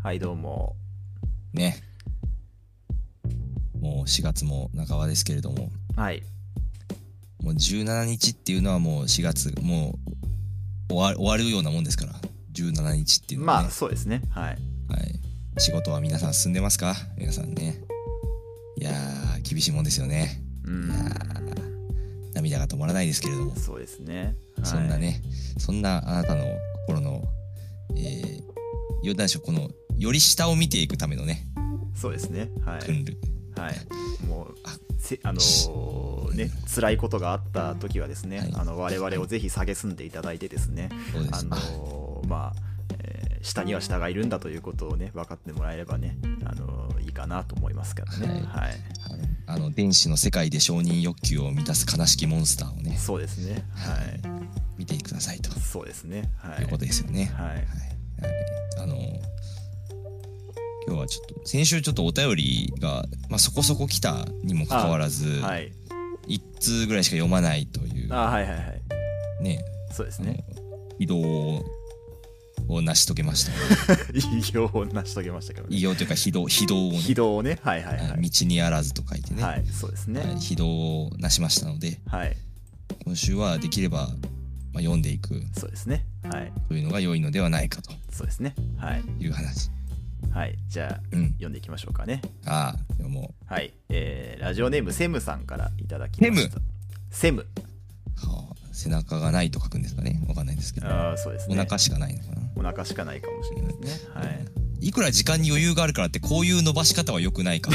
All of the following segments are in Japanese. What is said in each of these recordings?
はいどうも。 ね。もう4月も半ばですけれども、 はい。 もう17日っていうのはもう4月、もう終わるようなもんですから、17日っていうのはね。 まあそうですね。はい。 はい。仕事は皆さん進んでますか？皆さんね。いやー、厳しいもんですよね。いやー、涙が止まらないですけれども、 そうですね。はい、 そんなね、そんなあなたの心の、なんでしょう、この、より下を見ていくためのね、 そうですね。はい。 訓練。 はい。もうね、辛いことがあった時はですね、 はい我々をぜひ蔑んでいただいてですね、 そうです。 まあ、下には下がいるんだということをね分かってもらえればね、いいかなと思いますからね。はい。 電子の世界で承認欲求を満たす悲しきモンスターをね、 そうですね。はい。 見てくださいとそうですね。はい。 いうことですよね。 はい。 今日はちょっと先週ちょっとお便りが、そこそこ来たにもかかわらず、 はい、 1通ぐらいしか読まないというはいはいはいね、 そうですね。 移動を成し遂げました、 偉業を成し遂げましたけどね。 偉業というか非道をね、 非道をね、はいはいはい。 道にあらずと書いてね、 はい、そうですね。 非道を成しましたので、 はい、 今週はできれば、読んでいく、 そうですね。はい、 というのが良いのではないかとそうですね。はい、 いう話。 はい、じゃあ、読んでいきましょうかね。 でもはい、ラジオネームセムさんからいただきました。セム。 背中がないと書くんですかね。わかんないですけど。 そうですね。 お腹しかないのかな。 お腹しかないかもしれないですね。はい。 いくら時間に余裕があるからってこういう伸ばし方は良くないか。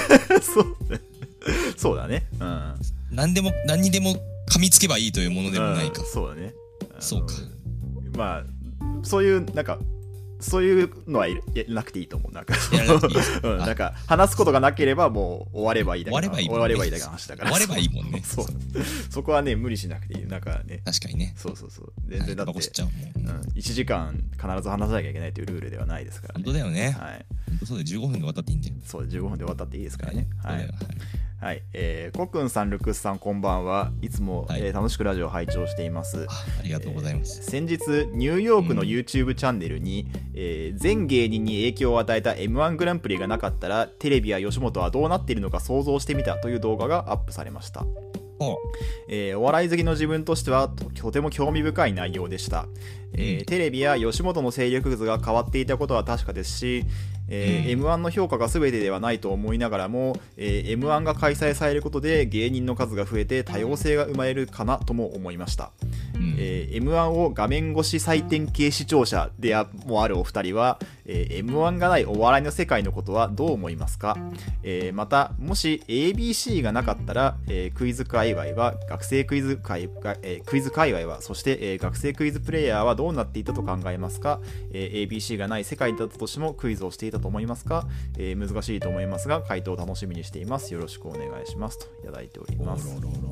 そうだね。 何にでも噛みつけばいいというものでもないか。 そうだね。 そうか。 まあそういうそういうのはなくていいと思う。なんか話すことがなければもう終わればいいだけの話だから。 終わればいいもんね。 そこはね無理しなくていい。なんかね。 確かにね。 そう全然だって1時間必ず話さなきゃいけないというルールではないですからね。 本当だよね。 はい。 本当そうで15分で終わったっていいんだよ。 そう15分で終わったっていいですからね。はい。はい、コくんさん、ルクスさん、こんばんは。いつも、楽しくラジオを拝聴しています。 ありがとうございます。 先日、ニューヨークの YouTube チャンネルに、全芸人に影響を与えた M1 グランプリがなかったら、テレビや吉本はどうなっているのか想像してみたという動画がアップされました。お笑い好きの自分としてはとても興味深い内容でした。テレビや吉本の勢力図が変わっていたことは確かですし、M1 の評価が全てではないと思いながらも、M1 が開催されることで芸人の数が増えて多様性が生まれるかなとも思いました。M1 を画面越し採点系視聴者でもあるお二人は、M1 がないお笑いの世界のことはどう思いますか？またもし ABC がなかったら、クイズ界隈は学生クイズ界隈はそして、学生クイズプレイヤーはどうなっていたと考えますか？ABC がない世界だったとしてもクイズをしていたと思いますか？難しいと思いますが回答を楽しみにしています。よろしくお願いしますといただいております。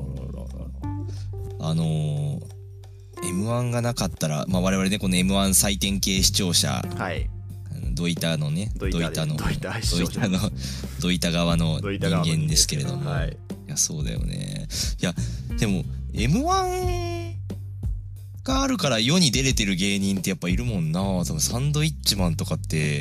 M1 がなかったら、我々ねこの M1 採点系視聴者、ドイタのね、ドイタ側の人間ですけれども、いやそうだよね。いやでも M1 があるから世に出れてる芸人ってやっぱいるもんな。多分サンドイッチマンとかって、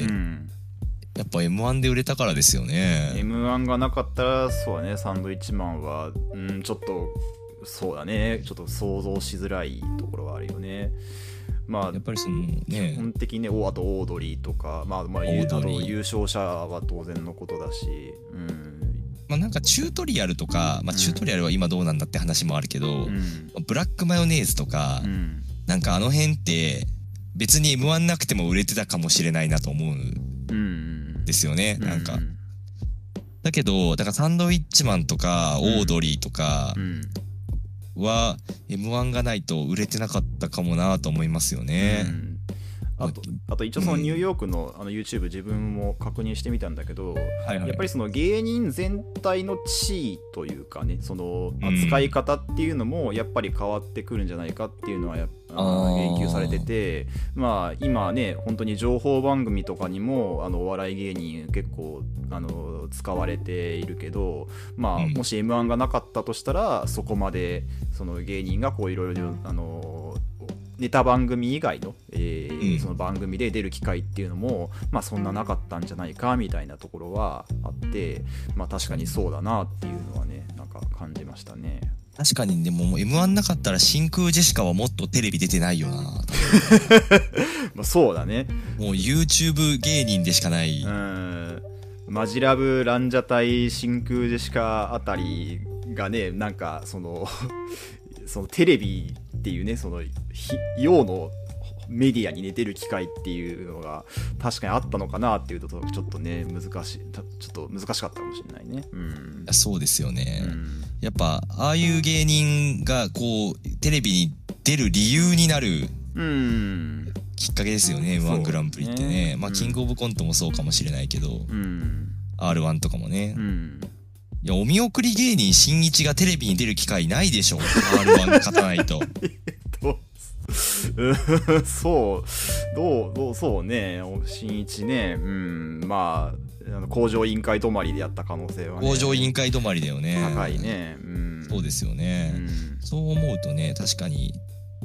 やっぱ M1 で売れたからですよね。 M1 がなかったらそうだね、サンドイッチマンはちょっとそうだね、ちょっと想像しづらいところはあるよね。 やっぱりそのね、 基本的にあとオードリーとか、あと優勝者は当然のことだし、 なんかチュートリアルとか、チュートリアルは今どうなんだって話もあるけど、ブラックマヨネーズとか、なんかあの辺って別に M1 なくても売れてたかもしれないなと思うんですよね。なんかだけどだからサンドウィッチマンとかオードリーとかは M1 がないと売れてなかったかもなと思いますよね。 あと一応そのニューヨークのYouTube 自分も確認してみたんだけど、やっぱりその芸人全体の地位というかね、その扱い方っていうのもやっぱり変わってくるんじゃないかっていうのは言及されてて、今ね本当に情報番組とかにもお笑い芸人結構使われているけど、もし M1 がなかったとしたらそこまでその芸人がこういろいろネタ番組以外の、 その番組で出る機会っていうのも、まあ、そんななかったんじゃないかみたいなところはあって、まあ、確かにそうだなっていうのはねなんか感じましたね。 確かにでも M1 なかったら真空ジェシカはもっとテレビ出てないよなまあそうだね。 もう YouTube 芸人でしかない。 マジラブランジャタイ真空ジェシカあたりがねなんかそのテレビっていうねその洋のメディアに、ね、出る機会っていうのが確かにあったのかなっていうとちょっとねちょっと難しかったかもしれないね。 そうですよね、やっぱああいう芸人がこうテレビに出る理由になるきっかけですよね、M1 グランプリってね。まあキングオブコントもそうかもしれないけど、R1 とかもね、いやお見送り芸人しんいちがテレビに出る機会ないでしょR1 勝たないとそうねしんいちね、まあ向上委員会止まりでやった可能性はね向上委員会止まりだよね。 高いね。 そうですよね、そう思うとね確かに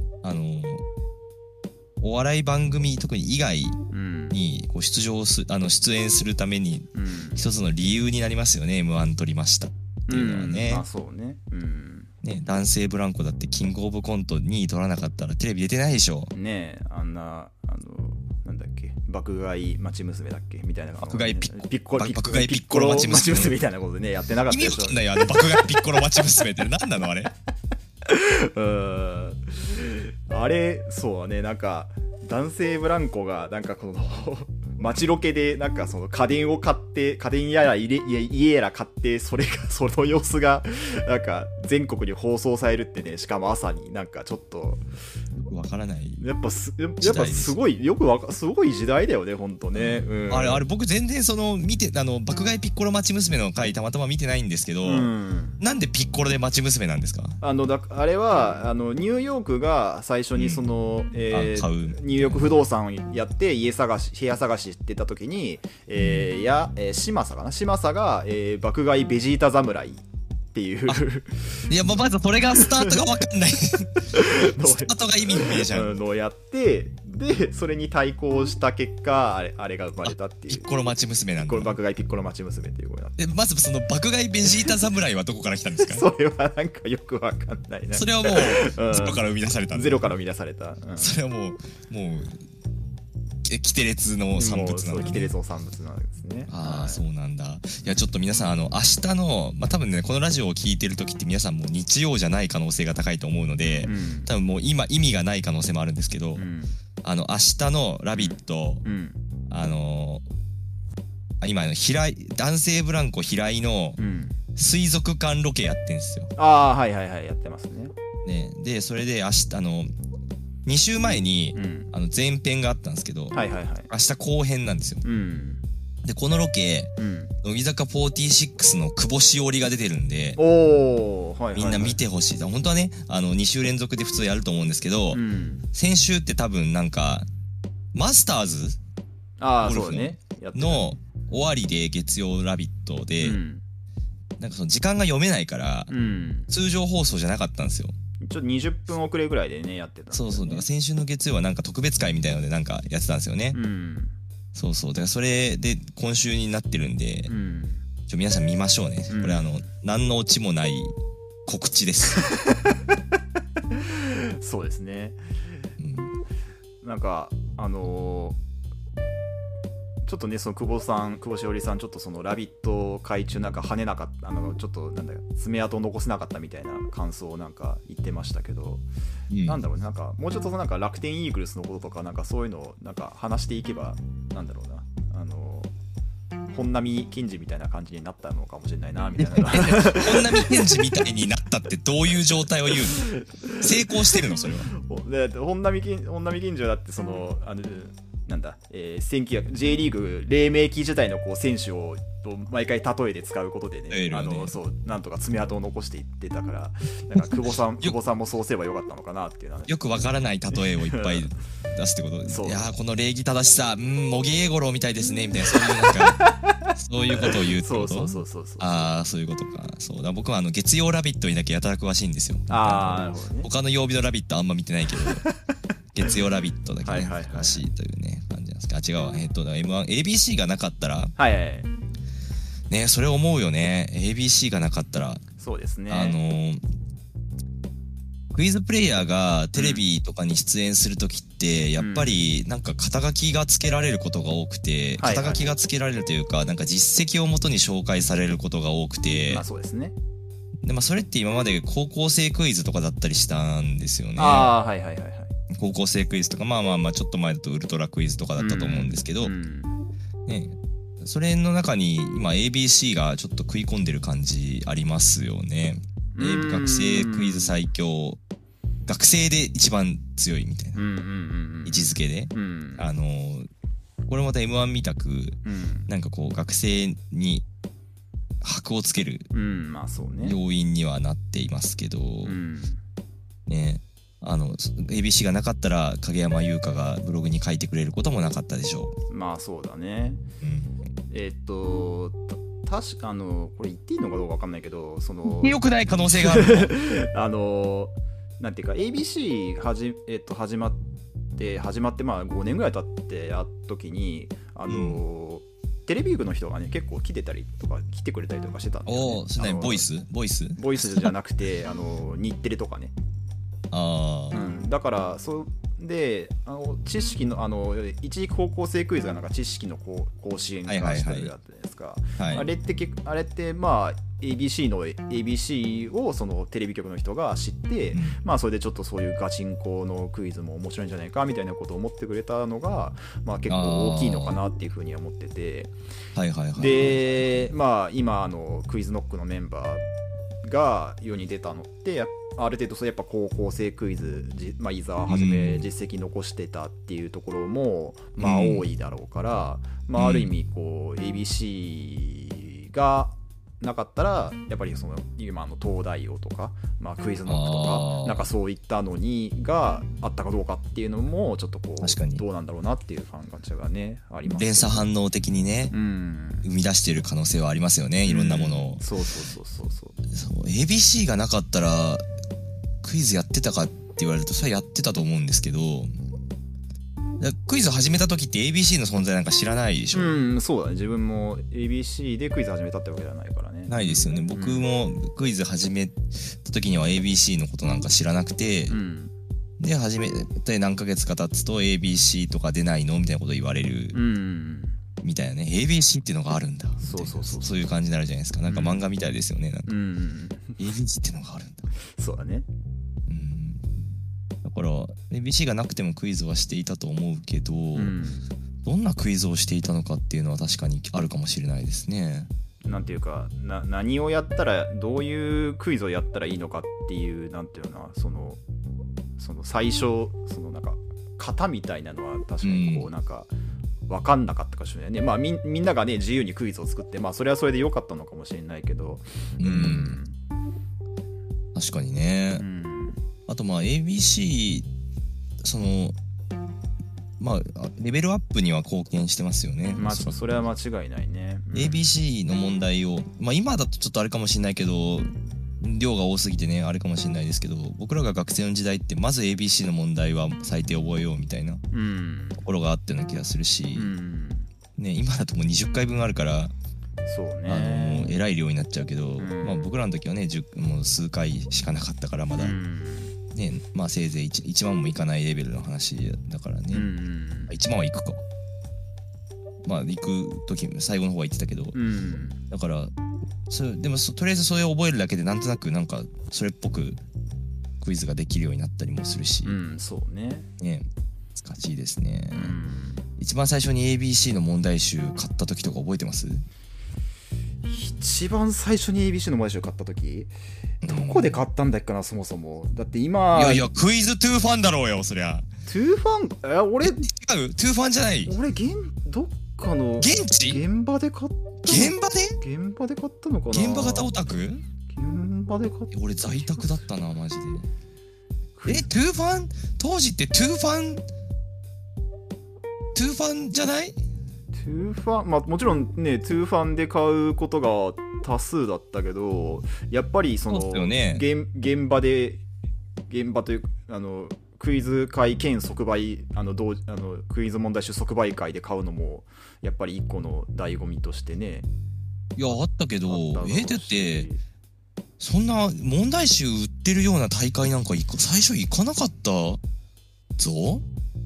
お笑い番組特に以外にこう出演するために一つの理由になりますよね、M1 取りましたっていうのはね。 まあそうね。 ね、男性ブランコだってキングオブコント2位取らなかったらテレビ出てないでしょ。 ねえなんだっけ爆買い町娘だっけみたいな、 爆買いピッコロ町娘みたいなことでねやってなかったでしょ。 意味わかんないよ爆買いピッコロ町娘って何なのあれあれそうねなんか男性ブランコがなんかこの街ロケでなんかその家電やら家やら買ってその様子がなんか全国に放送されるってね、しかも朝になんかちょっとわからない。 やっぱすごいすごい時代だよね本当ね。 あれ僕全然その見て爆買いピッコロ町娘の回たまたま見てないんですけど、なんでピッコロで町娘なんですか？ あれはニューヨークが最初にその、ニューヨーク不動産をやって部屋探ししてた時に、嶋佐が、爆買いベジータ侍っていういやまずそれがスタートが分かんないスタートが意味不明じゃんのをやってでそれに対抗した結果あれが生まれたっていうピッコロ町娘なんだ。 爆買いピッコロ町娘っていう声になって、 まずその爆買いベジータ侍はどこから来たんですか？ それはなんかよくわかんないな。 それはもうゼロから生み出されたんだ。 ゼロから生み出された、 それはもうキテレツの産物なんだ、ね、 キテレツの産物なんですね。 そうなんだ。いやちょっと皆さん明日の多分ねこのラジオを聞いてる時って皆さんもう日曜じゃない可能性が高いと思うので、多分もう今意味がない可能性もあるんですけど、明日のラビット、今男性ブランコ平井の水族館ロケやってんですよ。 はいやってますね。 でそれで明日2週前に、前編があったんですけど、明日後編なんですよ。でこのロケ、乃木坂46の久保しおりが出てるんで、みんな見てほしい。本当はね2週連続で普通やると思うんですけど、先週って多分なんかマスターズゴルフの終わりで月曜ラビットで、なんかその時間が読めないから、通常放送じゃなかったんですよ。 ちょっと20分遅れぐらいでねやってたんですよね。 そうだから先週の月曜はなんか特別会みたいなのでなんかやってたんですよね。だからそれで今週になってるんで、皆さん見ましょうね。これ何のオチもない告知ですそうですね。なんかちょっとねその久保しおりさんちょっとそのラビット会中なんか跳ねなかったちょっと爪痕を残せなかったみたいな感想をなんか言ってましたけど、なんだろうねなんかもうちょっとなんか楽天イーグルスのこととかなんかそういうのをなんか話していけばなんだろうな本並健治みたいな感じになったのかもしれないなみたいな本並健治みたいになったってどういう状態を言うの？成功してるのそれは。 で本並健治はだってそのなんだ1900 J リーグ黎明期時代のこう選手を毎回例えで使うことでね、そうなんとか爪痕を残していってたからなんか久保さんもそうすればよかったのかなっていうのはよくわからない例えをいっぱい出すってことでいやこの礼儀正しさ茂木英五郎みたいですねみたいなそういうことを言うってこと。そういうことか。そうだ僕は月曜ラビットにだけやたら詳しいんですよ。 なるほどね。 他の曜日のラビットあんま見てないけど月曜ラビットだけね、詳しいというね、感じなんですけど、違うわ。M1、ABC がなかったら、 はいはい。 ね、それ思うよね。ABC がなかったら。 そうですね。 クイズプレイヤーがテレビとかに出演するときって、やっぱりなんか肩書きがつけられることが多くて、肩書きがつけられるというか、なんか実績をもとに紹介されることが多くて、 まあそうですね。 で、まあそれって今まで高校生クイズとかだったりしたんですよね。 ああ、はいはいはいはい。 高校生クイズとか、まあまあまあちょっと前だとウルトラクイズとかだったと思うんですけど、ね、それの中に今 ABC がちょっと食い込んでる感じありますよね。学生クイズ最強、学生で一番強いみたいな位置づけで、これまた M1 みたく、なんかこう学生に箔をつける要因にはなっていますけど、ね、ABC がなかったら影山優佳がブログに書いてくれることもなかったでしょう。 まあそうだね。確かこれ言っていいのかどうか分かんないけど、 良くない可能性があるなんていうか ABC 始まってまあ5年ぐらい経ってやった時にテレビ局の人がね結構来てくれたりとかしてたんですよ、ね。 それボイスじゃなくて日テレとかね。だからで知識の一時高校生クイズがなんか知識の甲子園からしてるやつですか。あれってまあ ABC をそのテレビ局の人が知って、まあそれでちょっとそういうガチンコのクイズも面白いんじゃないかみたいなことを思ってくれたのが、まあ結構大きいのかなっていうふうには思ってて、でまあ今クイズノックのメンバーが世に出たのってある程度やっぱ高校生クイズ、まあ、伊沢はじめ実績残してたっていうところも、まあ多いだろうから、まあある意味こう ABC がなかったらやっぱり今の東大王とか、まあ、クイズノックとかなんかそういったのがあったかどうかっていうのもちょっとこうどうなんだろうなっていう感じがねあります、ね。 連鎖反応的にね、生み出している可能性はありますよね、いろんなものを。そう ABC がなかったらクイズやってたかって言われるとそれはやってたと思うんですけど、クイズ始めた時って ABC の存在なんか知らないでしょ。 そうだね。自分も ABC でクイズ始めたってわけではないからね。 ないですよね。僕もクイズ始めた時には ABC のことなんか知らなくて、で始めて何ヶ月か経つと ABC とか出ないのみたいなこと言われる、みたいなね。ABC っていうのがあるんだ。そういう感じになるじゃないですか。なんか漫画みたいですよね。なんか ABC っていうのがあるんだ。 そうだね。 だから ABC がなくてもクイズはしていたと思うけど、どんなクイズをしていたのかっていうのは確かにあるかもしれないですね。 なんていうか何をやったらどういうクイズをやったらいいのかっていうなんていうのその最初なんか型みたいなのは確かにこうなんか分かんなかったかもしれないね。まあみんながね自由にクイズを作ってまあそれはそれで良かったのかもしれないけど、 確かにね。あとまあ ABC まあレベルアップには貢献してますよね。 まあそれは間違いないね。 ABC の問題をまあ今だとちょっとあれかもしれないけど量が多すぎてねあれかもしれないですけど、僕らが学生の時代ってまず ABC の問題は最低覚えようみたいなところがあったような気がするし、ね、今だともう20回分あるからそうね、 えらい量になっちゃうけど、まあ、僕らの時はねもう数回しかなかったからまだ、ね、まあせいぜい 1万もいかないレベルの話だからね、1万はいくか、まあ行く時最後の方は言ってたけど、だからでもとりあえずそれを覚えるだけでなんとなくなんかそれっぽくクイズができるようになったりもするし、 そうね難しいですね。一番最初に ABC の問題集買った時とか覚えてます？ 一番最初に ABC の問題集買った時どこで買ったんだっけな、そもそも。だって今いやクイズトゥーファンだろうよそりゃ。 トゥーファン俺違うトゥーファンじゃない。 俺どっかの現地現場で買った。 現場で買ったのかな。 現場型オタク？ 現場で買った。 俺在宅だったなマジで。トゥーファン当時ってトゥーファンじゃない？ トゥーファン、まあもちろんねトゥーファンで買うことが多数だったけど、やっぱりそのね、 現場というクイズ会兼即売クイズ問題集即売会で買うのもやっぱり一個の醍醐味としてね。 いやあったけど、だってそんな問題集売ってるような大会なんか最初行かなかったぞ。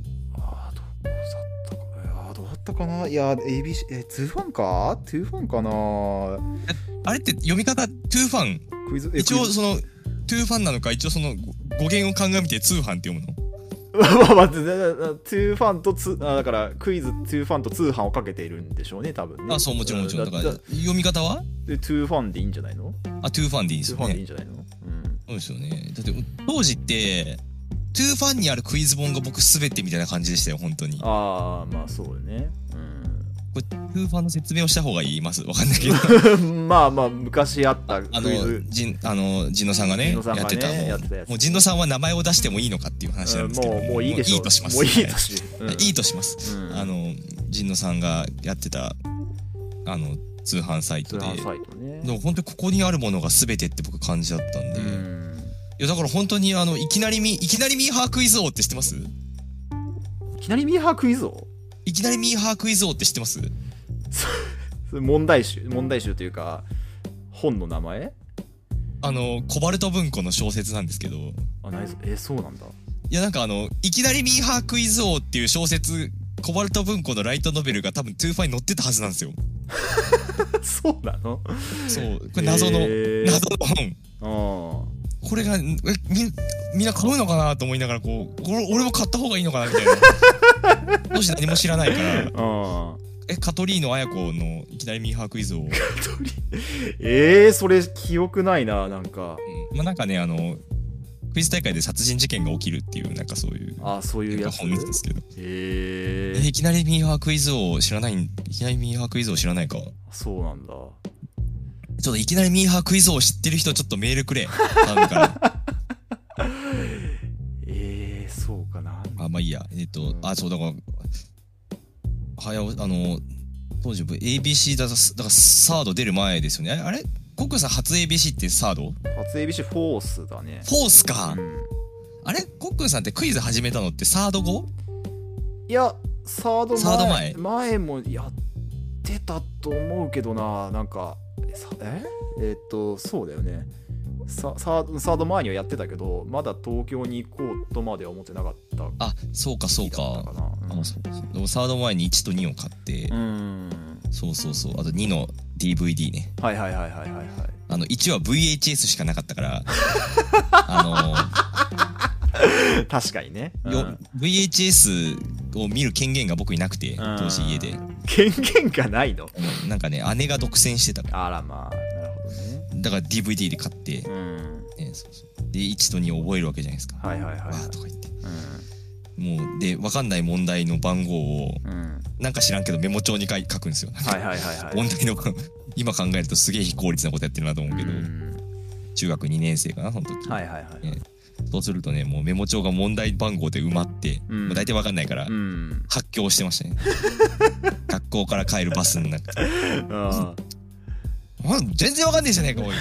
どうだったかな。いや ABC 2ファンか2ファンかな。 あれって読み方2ファン、一応その2ファンなのか、一応その語源を鑑みて2ファンって読むの。 まあ、2ファンとだからクイズ2ファンと通販をかけているんでしょうね多分ね。 そうもちろんもちろん。だから読み方は 2ファンでいいんじゃないの。 2ファンでいいですよね。2ファンでいいんじゃないの。そうですよね。だって当時って2ファンにあるクイズ本が僕すべてみたいな感じでしたよ本当に。 まあそうね。 これ2ファンの説明をした方がいいますわかんないけどまあ昔あったクイズ陣野さんがねやってた。もう陣野さんは名前を出してもいいのかっていう話なんですけど、 もういいでしょう。 いいとします。 もういいとし、 いいとします。陣野さんがやってた通販サイトで、でも本当にここにあるものが全てって僕感じだったんで、いやだから本当にいきなりミーハークイズ王って知ってます？いきなりミーハークイズ王？ いきなりミーハークイズ王って知ってます？ 問題集というか本の名前？ コバルト文庫の小説なんですけど。 そうなんだ。 いやなんかいきなりミーハークイズ王っていう小説、コバルト文庫のライトノベルが多分2ファンに載ってたはずなんですよ。 そうなの？ そう、これ謎の本。これがみんな買うのかなと思いながら俺も買った方がいいのかなみたいな。もし何も知らないから。カトリーノ綾子のいきなりミーハークイズを。 それ記憶ないななんか。 まあなんかねクイズ大会で殺人事件が起きるっていうなんかそういうやつ本ですけど。いきなりミーハークイズを知らない。いきなりミーハークイズを知らないか。そうなんだ。ちょっといきなりミーハークイズを知ってる人ちょっとメールくれ。頼むから。 そうかな。 まあいいや。そうだから当時ABC だからサード出る前ですよね。あれコックさん初 ABC ってサード？ 初 ABC フォースだね。 フォースか。あれコックさんってクイズ始めたのってサード後？ いやサード前もやってたと思うけどな。なんかそうだよね。サード前にはやってたけどまだ東京に行こうとまでは思ってなかった。 そうか。サード前に1と2を買って、そうあと2の DVD ね。 はい 1は VHS しかなかったから確かにね、 VHS を見る権限が僕になくて当時家で。 権限がないの？ なんかね姉が独占してたから。 なるほどね。 だから DVD で買って、で1と2を覚えるわけじゃないですか。わーとか言って、もうで分かんない問題の番号を、なんか知らんけどメモ帳に書くんですよ。問題の今考えるとすげえ非効率なことやってるなと思うけど、中学2年生かなその時。そうするとねもうメモ帳が問題番号で埋まって、大体分かんないから、発狂してましたね。学校から帰るバスの中で。全然わかんねえじゃねえかおい。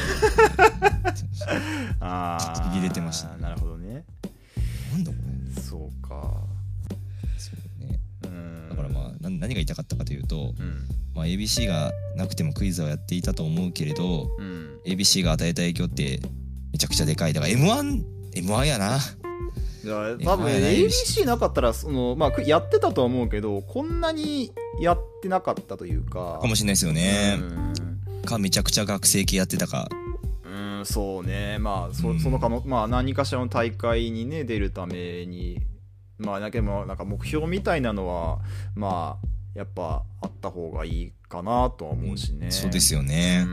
入れてました。 なるほどね。 なんだこれ。 そうか。 そうね。だからまあ何が言いたかったかというと、まあ ABC がなくてもクイズはやっていたと思うけれど、ABC が与えた影響ってめちゃくちゃでかい。だから M1 やな。 多分 ABC なかったらやってたとは思うけどこんなにやってなかったというかもしれないですよね。めちゃくちゃ学生系やってたか。 そうね。その何かしらの大会にね出るためにだけどなんか目標みたいなのはやっぱあった方がいいかなとは思うしね。 そうですよね。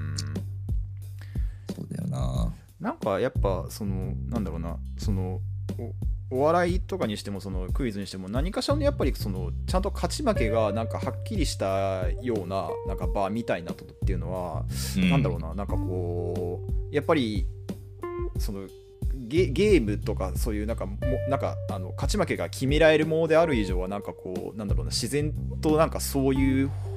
そうだよな。 なんかやっぱなんだろうなお笑いとかにしてもクイズにしても何かしらのやっぱりちゃんと勝ち負けがなんかはっきりしたようななんか場みたいなことっていうのは、なんだろうななんかやっぱりゲームとかそういうなんか勝ち負けが決められるものである以上はなんかなんだろうな自然となんかそういう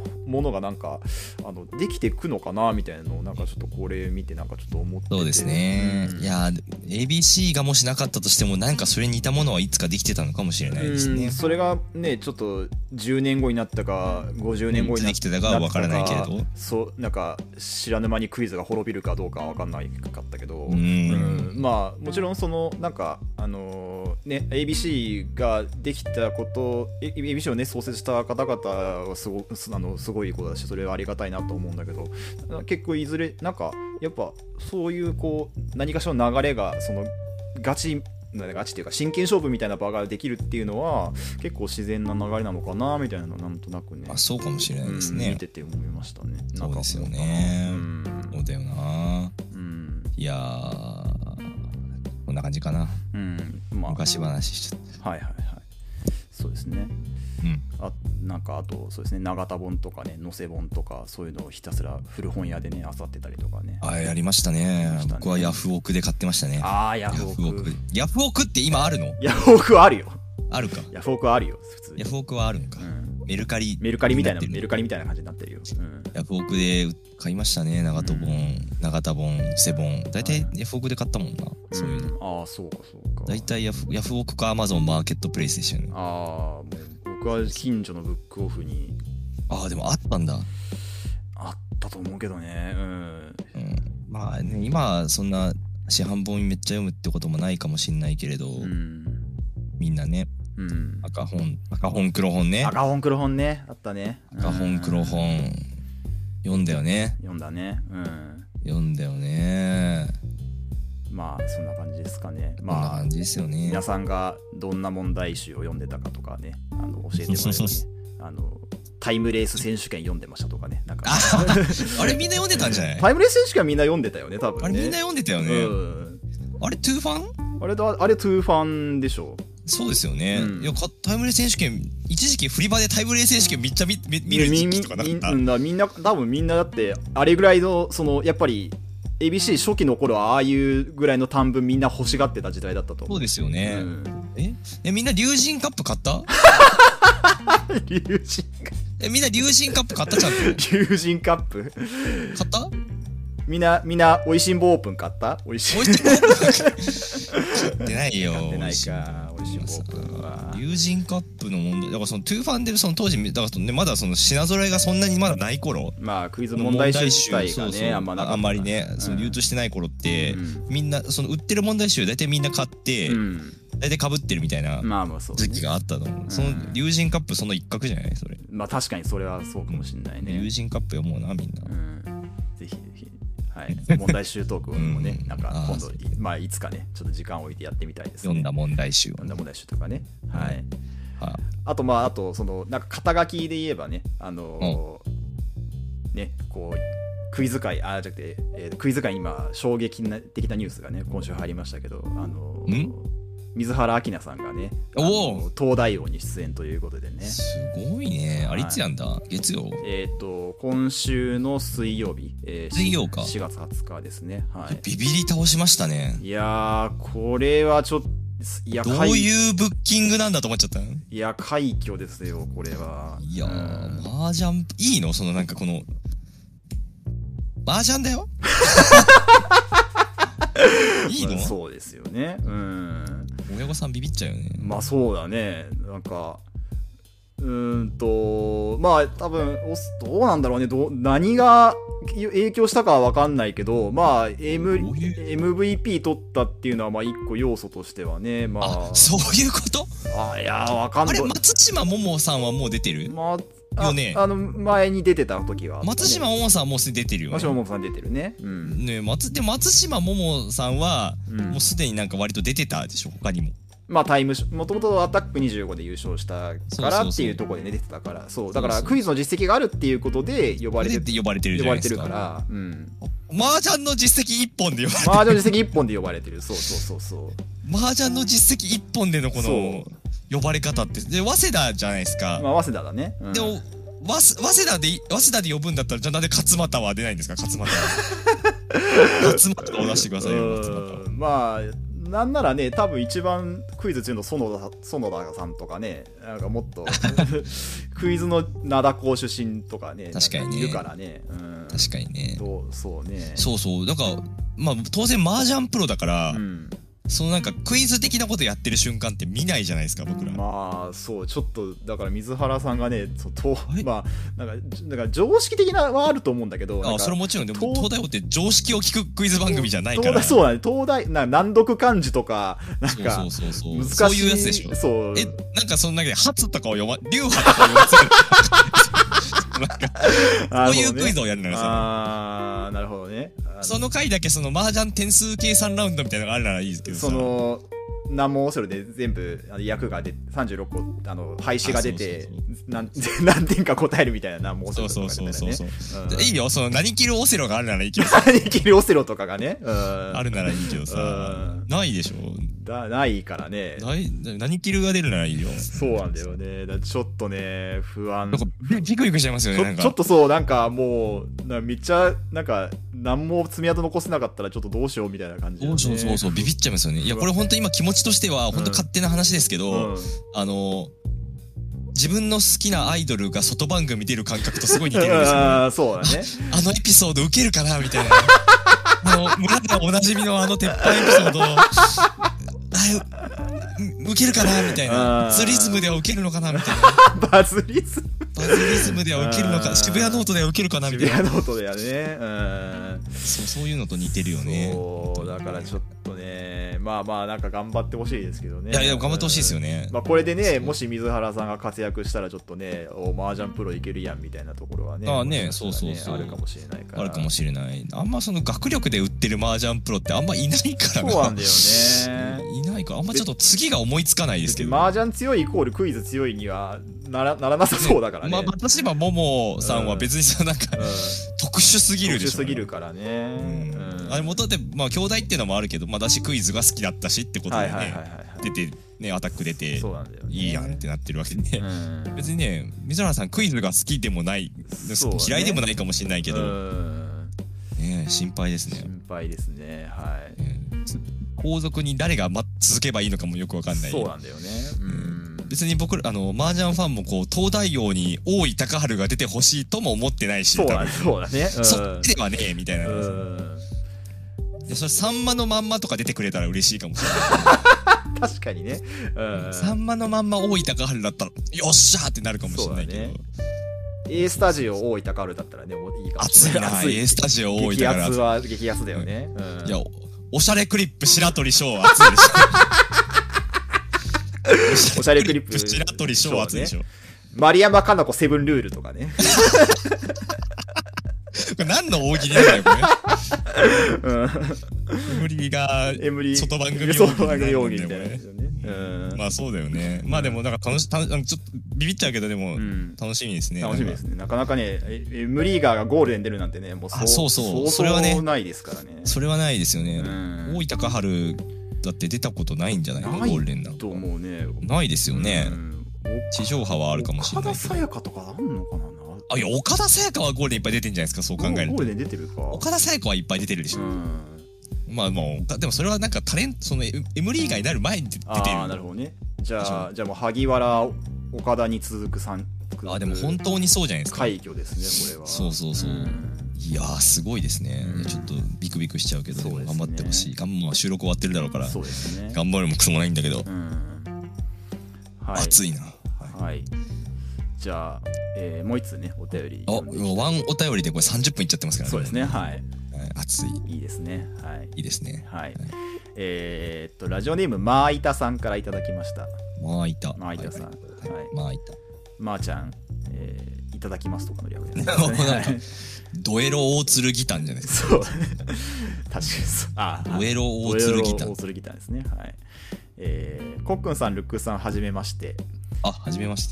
ものがなんかできてくのかなみたいなのをなんかちょっとこれ見てなんかちょっと思ってて。 そうですね、いや ABC がもしなかったとしてもなんかそれに似たものはいつかできてたのかもしれないですね。 それがねちょっと10年後になったか50年後になったか、 できてたかは分からないけれど、 そうなんか知らぬ間にクイズが滅びるかどうかは分かんないかったけど、まあもちろんそのなんかね ABC ができたこと、ABC をね創設した方々はすごいことだし、それはありがたいなと思うんだけど、結構いずれなんかやっぱそういうこう何かしらの流れがそのガチっていうか真剣勝負みたいな場ができるっていうのは結構自然な流れなのかなみたいなのなんとなくね、 そうかもしれないですね、 見てて思いましたね。 そうですよね、そうだよな、いやこんな感じかな、 まあ、 昔話しちゃった。 はいはいはい、そうですね。なんかあとそうですね、長田本とかね、野瀬本とかそういうのをひたすら古本屋でね漁ってたりとかね。 やりましたね。僕はヤフオクで買ってましたね。 ヤフオクって今あるの？ ヤフオクはあるよ。 あるか。 ヤフオクはあるよ普通に。 ヤフオクはあるのか。メルカリみたいな感じになってるよ。 ヤフオクで買いましたね。長田本、布施本。大体ヤフオクで買ったもんな。そういうの。 そうかそうか。 大体ヤフオクかアマゾンマーケットプレイスでしたよね。 もう僕は近所のブックオフに。 でもあったんだ。 あったと思うけどね。 まあね、今はそんな市販本めっちゃ読むってこともないかもしんないけれど、みんなね。赤本黒本ね。 赤本黒本ね、あったね。 赤本黒本読んだよね。 読んだね。まあそんな感じですかね。まあそんな感じですよね。 皆さんがどんな問題集を読んでたかとかね、教えてもらえばね。タイムレース選手権読んでましたとかね。なんかあれみんな読んでたんじゃない？ タイムレース選手権はみんな読んでたよね多分ね。 あれみんな読んでたよね。あれトゥーファン？ あれトゥーファンでしょ。 そうですよね。いやタイムレース選手権一時期フリバでタイムレース選手権めっちゃ見る時期とかなかった？ みんな多分みんなだってあれぐらいのそのやっぱり ABC 初期の頃はああいうぐらいの短文みんな欲しがってた時代だったと思う。 そうですよね。みんな竜神カップ買った？ 竜神みんな竜神カップ買ったちゃんと？ 竜神カップ買ったみんなおいしんぼオープン買った？おいしんぼオープン買ってないよ。 買ってないか。おいしんぼオープンは竜神カップの問題だから、そのトゥーファンでその当時だからね、まだその品揃えがそんなにまだない頃、 まあクイズ問題集自体がねあんまりねその流通してない頃って、みんなその売ってる問題集大体みんな買って、大体被ってるみたいな時期があったの。その竜神カップその一角じゃないそれ。 まあ確かにそれはそうかもしれないね。 竜神カップ読もうなみんな。 ぜひぜひ。はい、問題集トークもね、なんか今度まあいつかねちょっと時間を置いてやってみたいですね。 読んだ問題集とかね。はい。あとそのなんか肩書きで言えばねねこうクイズ界じゃなくてクイズ界今衝撃的なニュースがね今週入りましたけど水原明菜さんがね東大王に出演ということでね。 すごいね。あれいつやんだ？月曜？ 今週の水曜日、 水曜か 4月20日ですね。 ビビり倒しましたね。 いやーこれはちょっとどういうブッキングなんだと思っちゃった。 いや快挙ですよこれは。 いやー麻雀いいの？そのなんかこの麻雀だよ。いいの？ そうですよね。 親御さんビビっちゃうよね。 まあそうだね。なんかまあ多分どうなんだろうね。何が影響したかは分かんないけど、まあ、MVP 取ったっていうのはまあ一個要素としてはね。まあそういうこと？ いや分かんない。 あれ松島桃さんはもう出てる？よね。 前に出てた時は、 松島桃さんはもうすでに出てるよね。 松島桃さん出てるね。 松島桃さんはもうすでになんか割と出てたでしょ他にも。 まあもともとアタック25で優勝したからっていうところでね出てたから、そうだからクイズの実績があるっていうことで呼ばれてるじゃないですか。から、 麻雀の実績1本で呼ばれてる。 麻雀の実績1本で呼ばれてる。そう麻雀の実績1本でのこの呼ばれ方ってで早稲田じゃないですか。 まあ早稲田だね。 でも早稲田で呼ぶんだったらじゃあなんで勝俣は出ないんですか？勝俣を出してくださいよ。 まあなんならね、多分一番クイズ強いの園田さんとかね、なんかもっとクイズの灘高出身とかね、 確かにね、 いるからね、 確かにね、 そうね、 そうなんかまあ当然麻雀プロだから、そのなんかクイズ的なことやってる瞬間って見ないじゃないですか、僕ら。 まあそうちょっとだから水原さんがねまあなんか常識的なはあると思うんだけど、 それもちろんでも東大王って常識を聞くクイズ番組じゃないから。 そうだね、東大難読漢字とかなんか難しいそういうやつでしょ。 そうなんかその中で発とかを流派とか読ませるそういうクイズをやるのよ。 ああなるほどね。 その回だけその麻雀点数計算ラウンドみたいなのがあるならいいですけどさ、 その難問オセロで全部役が出て36個廃止が出て何点か答えるみたいな難問オセロとかね。 そういいよ、その何キルオセロがあるならいいけど何キルオセロとかがねあるならいいけどさ、ないでしょ。 ないからね。 何キルが出るならいいよ。 そうなんだよね。ちょっとね不安。 なんかビクビクしちゃいますよね。なんかちょっとそうなんかもうめっちゃなんか何も爪痕残せなかったらちょっとどうしようみたいな感じで、ね。 そうビビっちゃいますよね。いやこれ本当今気持ちとしては本当勝手な話ですけど、自分の好きなアイドルが外番組出る感覚とすごい似てるんですよ。 そうだね。 あのエピソードウケるかなみたいな。村でおなじみの鉄板エピソード。ウケるかなみたいな。ズリズムではウケるのかなみたいな。 バズリズムではウケるのか、渋谷ノートではウケるかなみたいな。 渋谷ノートではね。 そういうのと似てるよね。 そうだからちょっとね、まあなんか頑張ってほしいですけどね。 いや頑張ってほしいですよね。 まあこれでね、もし水原さんが活躍したらちょっとね、麻雀プロいけるやんみたいなところはね。 そうあるかもしれないから。 あるかもしれない。あんまその学力で売ってる麻雀プロってあんまいないからな。 そうなんだよね。 いないからあんまちょっと次が思いつかないですけど。 麻雀強いイコールクイズ強いにはならなさそうだからね。 まあ私はももさんは別にさなんか特殊すぎるでしょ。 特殊すぎるからね。 あれ元でまあ兄弟っていうのもあるけど、まあだしクイズが好きだったしってことでね出てねアタック出ていいやんってなってるわけで、別にね水原さんクイズが好きでもない嫌いでもないかもしれないけどね、心配ですね。 心配ですね。はい。 後続に誰が続けばいいのかもよくわかんない。 そうなんだよね。 別に僕ら麻雀ファンもこう東大王に大井隆治が出てほしいとも思ってないし、 そうだね。 そっちではねえみたいな。それさんまのまんまとか出てくれたら嬉しいかもしれない。 確かにね。 さんまのまんま大井隆治だったらよっしゃーってなるかもしれないけど。 A スタジオ大井隆治だったらね、もういいかもしれない。 熱いな、A スタジオ大井隆治。 激アツだよね。 いや、おしゃれクリップ白鳥翔熱いでしょ。おしゃれクリップ白鳥翔熱いでしょ。 丸山加奈子セブンルールとかね。 これ何の大喜利なんだよ、これ。エムリが外番組大喜利みたいな。まあそうだよね。まあでもなんかちょっとビビっちゃうけどでも楽しみですね。 楽しみですね。なかなかねエムリーガーがゴールデン出るなんてね、もうそうそれはねないですからね。 それはないですよね。大井隆治だって出たことないんじゃないの、ゴールデンなんか。と思うね。ないですよね。地上波はあるかもしれない。 岡田紗耶香とかあんのかな。 いや岡田紗耶香はゴールデンいっぱい出てんじゃないですか、そう考えると。 ゴールデン出てるか。 岡田紗耶香はいっぱい出てるでしょ。まあもうでもそれはなんかタレントそのエムリーガーになる前に出てる。 ああなるほどね。じゃあもう萩原岡田に続くでも本当にそうじゃないですか。 快挙ですねこれは。 そういやーすごいですね。ちょっとビクビクしちゃうけど頑張ってほしい。収録終わってるだろうから頑張るもクソもないんだけど熱いな。 はい。じゃあもう一つねお便り。 ワンお便りでこれ30分いっちゃってますからね。 そうですね。はい。 熱い。 いいですね。はい。 いいですね。 はい。ラジオネームまーいたさんからいただきました。 まーいた。 まーいたさん。はい。 まーいた。 まーちゃん、いただきますとかの略です。 ドエロ大鶴ギタンじゃないですか。 そう。確かにそう。 ドエロ大鶴ギタン。 大鶴ギタンですね。はい。コックンさん、ルックさん、はじめまして。 はじめまして。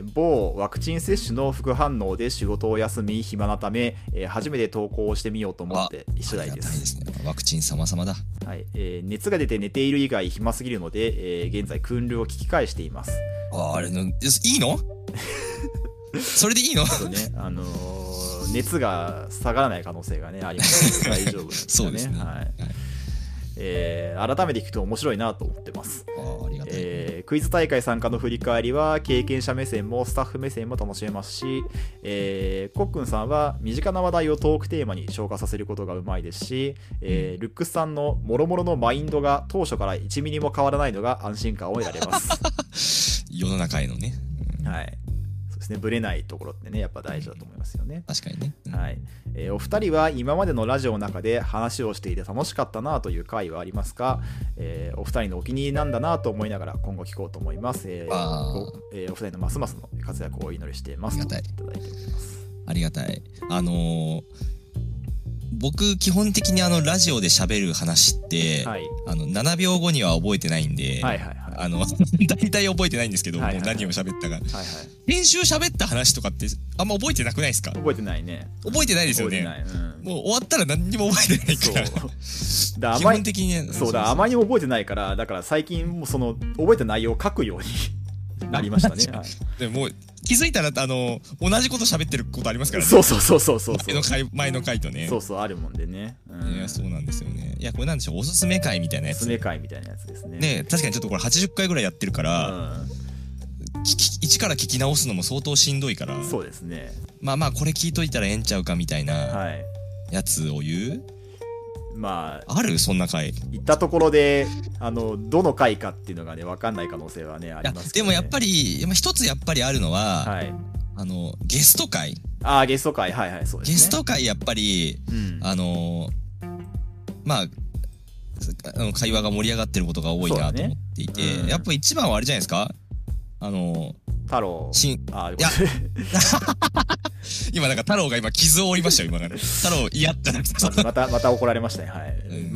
某ワクチン接種の副反応で仕事を休み暇なため、初めて投稿をしてみようと思って次第です。 ワクチン様々だ。 はい。熱が出て寝ている以外暇すぎるので、現在訓練を聞き返しています。 あれいいの？それでいいの？ 熱が下がらない可能性がねありますので大丈夫ですね。 そうですね。 はい。 改めて聞くと面白いなと思ってます。 ありがたい。 クイズ大会参加の振り返りは経験者目線もスタッフ目線も楽しめますし、コックンさんは身近な話題をトークテーマに消化させることがうまいですし、ルックスさんのもろもろのマインドが当初から1ミリも変わらないのが安心感を得られます。 世の中へのね、 はい。そうですね、ブレないところってね、やっぱ大事だと思いますよね。 確かにね。 はい。お二人は今までのラジオの中で話をしていて楽しかったなという回はありますか？お二人のお気に入りなんだなと思いながら今後聞こうと思います。お二人のますますの活躍をお祈りしています。 ありがたい。 いただいております。 ありがたい。僕基本的にラジオで喋る話って、はい、7秒後には覚えてないんで、はいはいはい、大体覚えてないんですけど、はいはいはい、もう何を喋ったか、はいはい、編集喋った話とかってあんま覚えてなくないですか？ 覚えてないね。 覚えてないですよね。うん、もう終わったら何にも覚えてないから基本的にね、 そうだ、あまりにも覚えてないから、だから最近もその覚えた内容を書くようになりましたね。はい、 でも気づいたら同じこと喋ってることありますからね。 そう前の回とね。 そうあるもんでね。 いやそうなんですよね。いやこれなんでしょう、おすすめ回みたいなやつ。 おすすめ回みたいなやつですね。 ね、確かにちょっとこれ80回ぐらいやってるから、一から聞き直すのも相当しんどいから。 そうですね。 まあこれ聞いといたらええんちゃうかみたいなやつを言う。 まあ、 あるそんな回行ったところでどの回かっていうのがね分かんない可能性はねありますけどね。 でもやっぱり一つやっぱりあるのは、はい、ゲスト回。 ゲスト回、はいはい、そうですね。 ゲスト回やっぱり、まあ会話が盛り上がってることが多いなと思っていて、ね、やっぱ一番はあれじゃないですか、 太郎。 いや今なんか太郎が今傷を負いましたよ今から太郎嫌ってなくてまた怒られましたね。はい、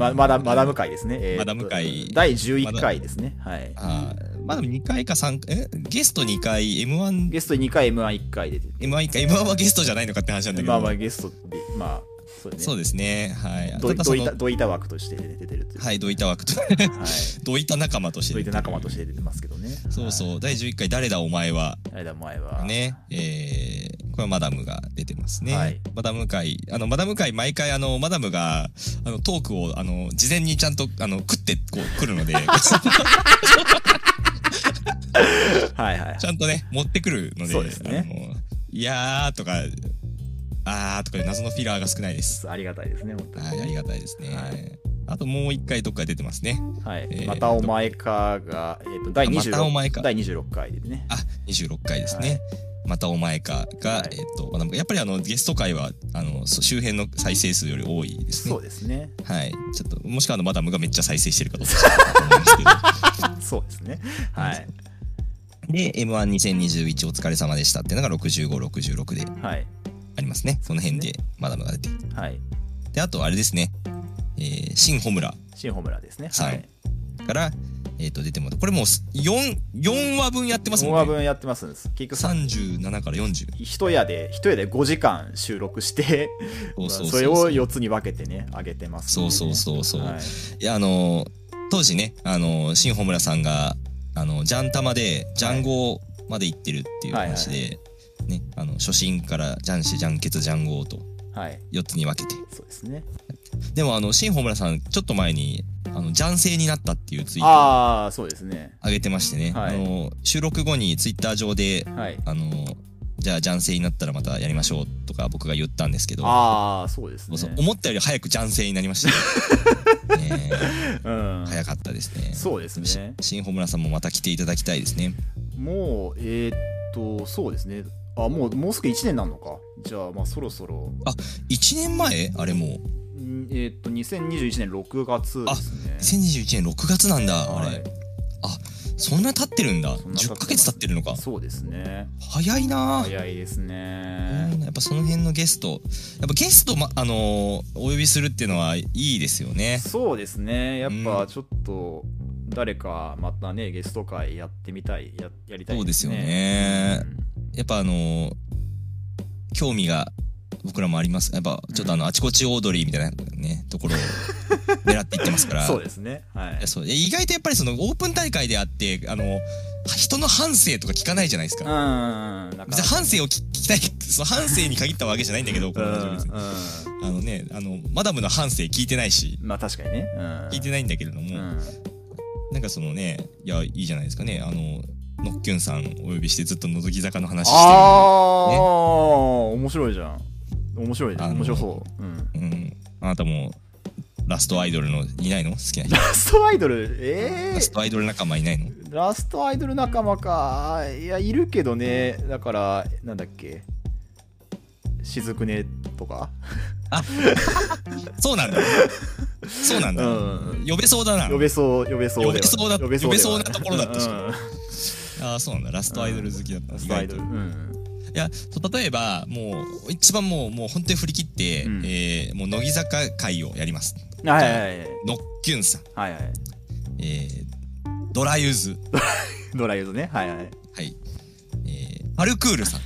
マダム会ですね。 マダム会第11回ですね。はい。 マダム2回か3回ゲスト2回 M1 ゲスト2回 M11 回で M1 1回 M1 はゲストじゃないのかって話なんだけど、 まあゲストでそうですね。はい。 ドイタ枠として出てるという。 はい、ドイタ枠と。ドイタ仲間として。 ドイタ仲間として出てますけどね。 そうそう。第11回、誰だお前は。 誰だお前は。 ね。これはマダムが出てますね。はい。マダム会、毎回マダムが、トークを、事前にちゃんと、食ってこう、来るので。はいはい。ちゃんとね、持ってくるので。 そうですね。 いやーとか、とか謎のフィラーが少ないです。 ありがたいですね、本当に。 はい、ありがたいですね。はい、あともう一回どっか出てますね。 はい。またお前かが、第26回でね。 26回ですね。またお前かが、やっぱりゲスト回は、周辺の再生数より多いですね。 そうですね。 はい。ちょっと、もしくはマダムがめっちゃ再生してるかどうか思うんですけど。 そうですね。はい。 で、M12021 お疲れ様でしたっていうのが65、66で。はい。ありますね。その辺でマダムが出て。はい。で、あとあれですね。新穂村。 新穂村ですね。はい。 から、出てもらう。これもう4話分やってますもんね。4話分やってますんです。 結局37から40。 一夜で5時間収録して、それを4つに分けてね、上げてます、ね。 そう。はい、いや、当時ね、新穂村さんが、ジャンタマで、ジャンゴまで行ってるっていう話で、ね、初心からジャンシ、ジャンケツ、ジャンゴーと4つに分けて、 そうですね。 でも新穂村さんちょっと前にジャン制になったっていうツイートをそうですね上げてましてね、収録後にツイッター上で、じゃあジャン制になったらまたやりましょうとか僕が言ったんですけど、 そうですね。 思ったより早くジャン制になりました早かったですね。 そうですね。 新穂村さんもまた来ていただきたいですね。 もうそうですね。もうすぐ1年なのか。じゃあまあそろそろ。 1年前あれもう。 2021年6月ですね。 2021年6月なんだ、あれ。そんな経ってるんだ。10ヶ月経ってるのか。 そうですね。 早いな。 早いですね。 やっぱその辺のゲスト、やっぱゲストお呼びするっていうのはいいですよね。 そうですね。やっぱちょっと誰かまたねゲスト会やってみたい、やりたいですね。 そうですよね。やっぱ興味が僕らもあります。やっぱちょっとあちこちオードリーみたいなねところを狙っていってますから。 そうですね。はい。 意外とやっぱりそのオープン大会であって人の半生とか聞かないじゃないですか。別に半生を聞きたい、その半生に限ったわけじゃないんだけど、このラジオ別に。マダムの半生聞いてないし。 まあ確かにね。 聞いてないんだけれども、なんかそのね、いや、いいじゃないですかね。ノッキュンさんお呼びしてずっと覗き坂の話してる。 面白いじゃん。面白そう。 あなたも、ラストアイドルのいないの？好きな人。 ラストアイドルラストアイドル仲間いないの？ ラストアイドル仲間か。いや、いるけどね。だから、なんだっけ。しずくねとか。 あ、そうなんだ。そうなんだ。呼べそうだな。 呼べそうなところだったし。ああ、そうなんだ。ラストアイドル好きだった。 ラストアイドル。 いや、例えば、もう、一番もう本当に振り切って、もう、乃木坂会をやります。ノッキュンさん。ドラユズ。 ドラユズね。はい。 パルクールさん。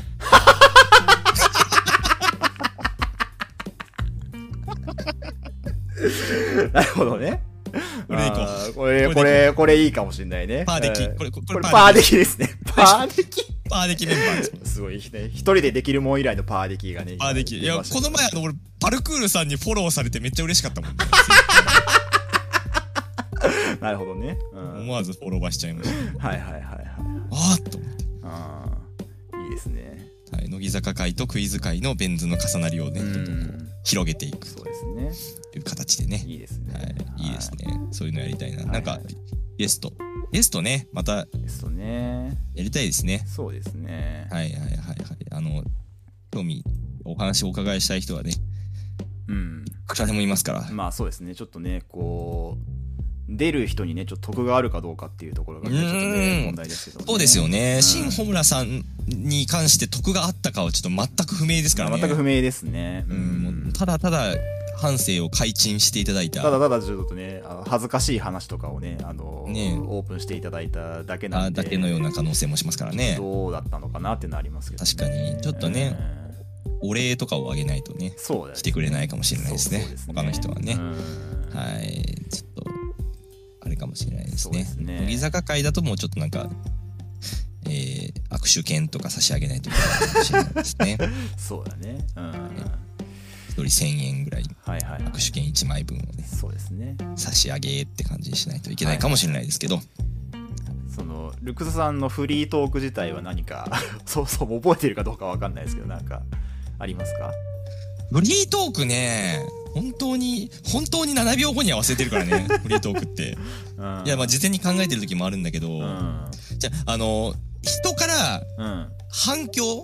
なるほどね。 これでいこう。これいいかもしれないね。 パーデキ。これパーデキですね。パーデキメンバーです。 すごいね。一人でできるもん以来のパーデキがね。 パーデキ。いや、この前俺、パルクールさんにフォローされてめっちゃ嬉しかったもんね。 なるほどね。 思わずフォローバーしちゃいました。 はい。 あーっと思って。 いいですね。 はい。乃木坂会とクイズ会のベン図の重なりをね、広げていく。 そうですね。 という形でね。 いいですね。 はい。いいですね。そういうのやりたいな。なんか、ゲストね、また、 ゲストね。 やりたいですね。 そうですね。 はい。興味、お話をお伺いしたい人はね、いくらでもいますから。 まあそうですね。ちょっとね、こう、出る人にね、ちょっと得があるかどうかっていうところがね、ちょっとね、問題ですけどね。 そうですよね。新穂村さんに関して得があったかはちょっと全く不明ですからね。 全く不明ですね。 ただ半生を開陳していただいた。 ただちょっとね、恥ずかしい話とかをね、オープンしていただいただけなんで。 だけのような可能性もしますからね。 どうだったのかなっていうのはありますけど、 確かに。ちょっとね、お礼とかをあげないとね、来てくれないかもしれないですね。他の人はね。はい。ちょっと、あれかもしれないですね。乃木坂会だともうちょっとなんか、握手券とか差し上げないといけないかもしれないですね。 そうだね。 一人1000円ぐらい握手券1枚分をね、 そうですね、 差し上げって感じにしないといけないかもしれないですけど、 そのルクソさんのフリートーク自体は何かそう覚えてるかどうかわかんないですけど、なんかありますか？ フリートークね、本当に7秒後には忘れてるからねフリートークって、いや、まあ事前に考えてる時もあるんだけど、じゃあ人から反響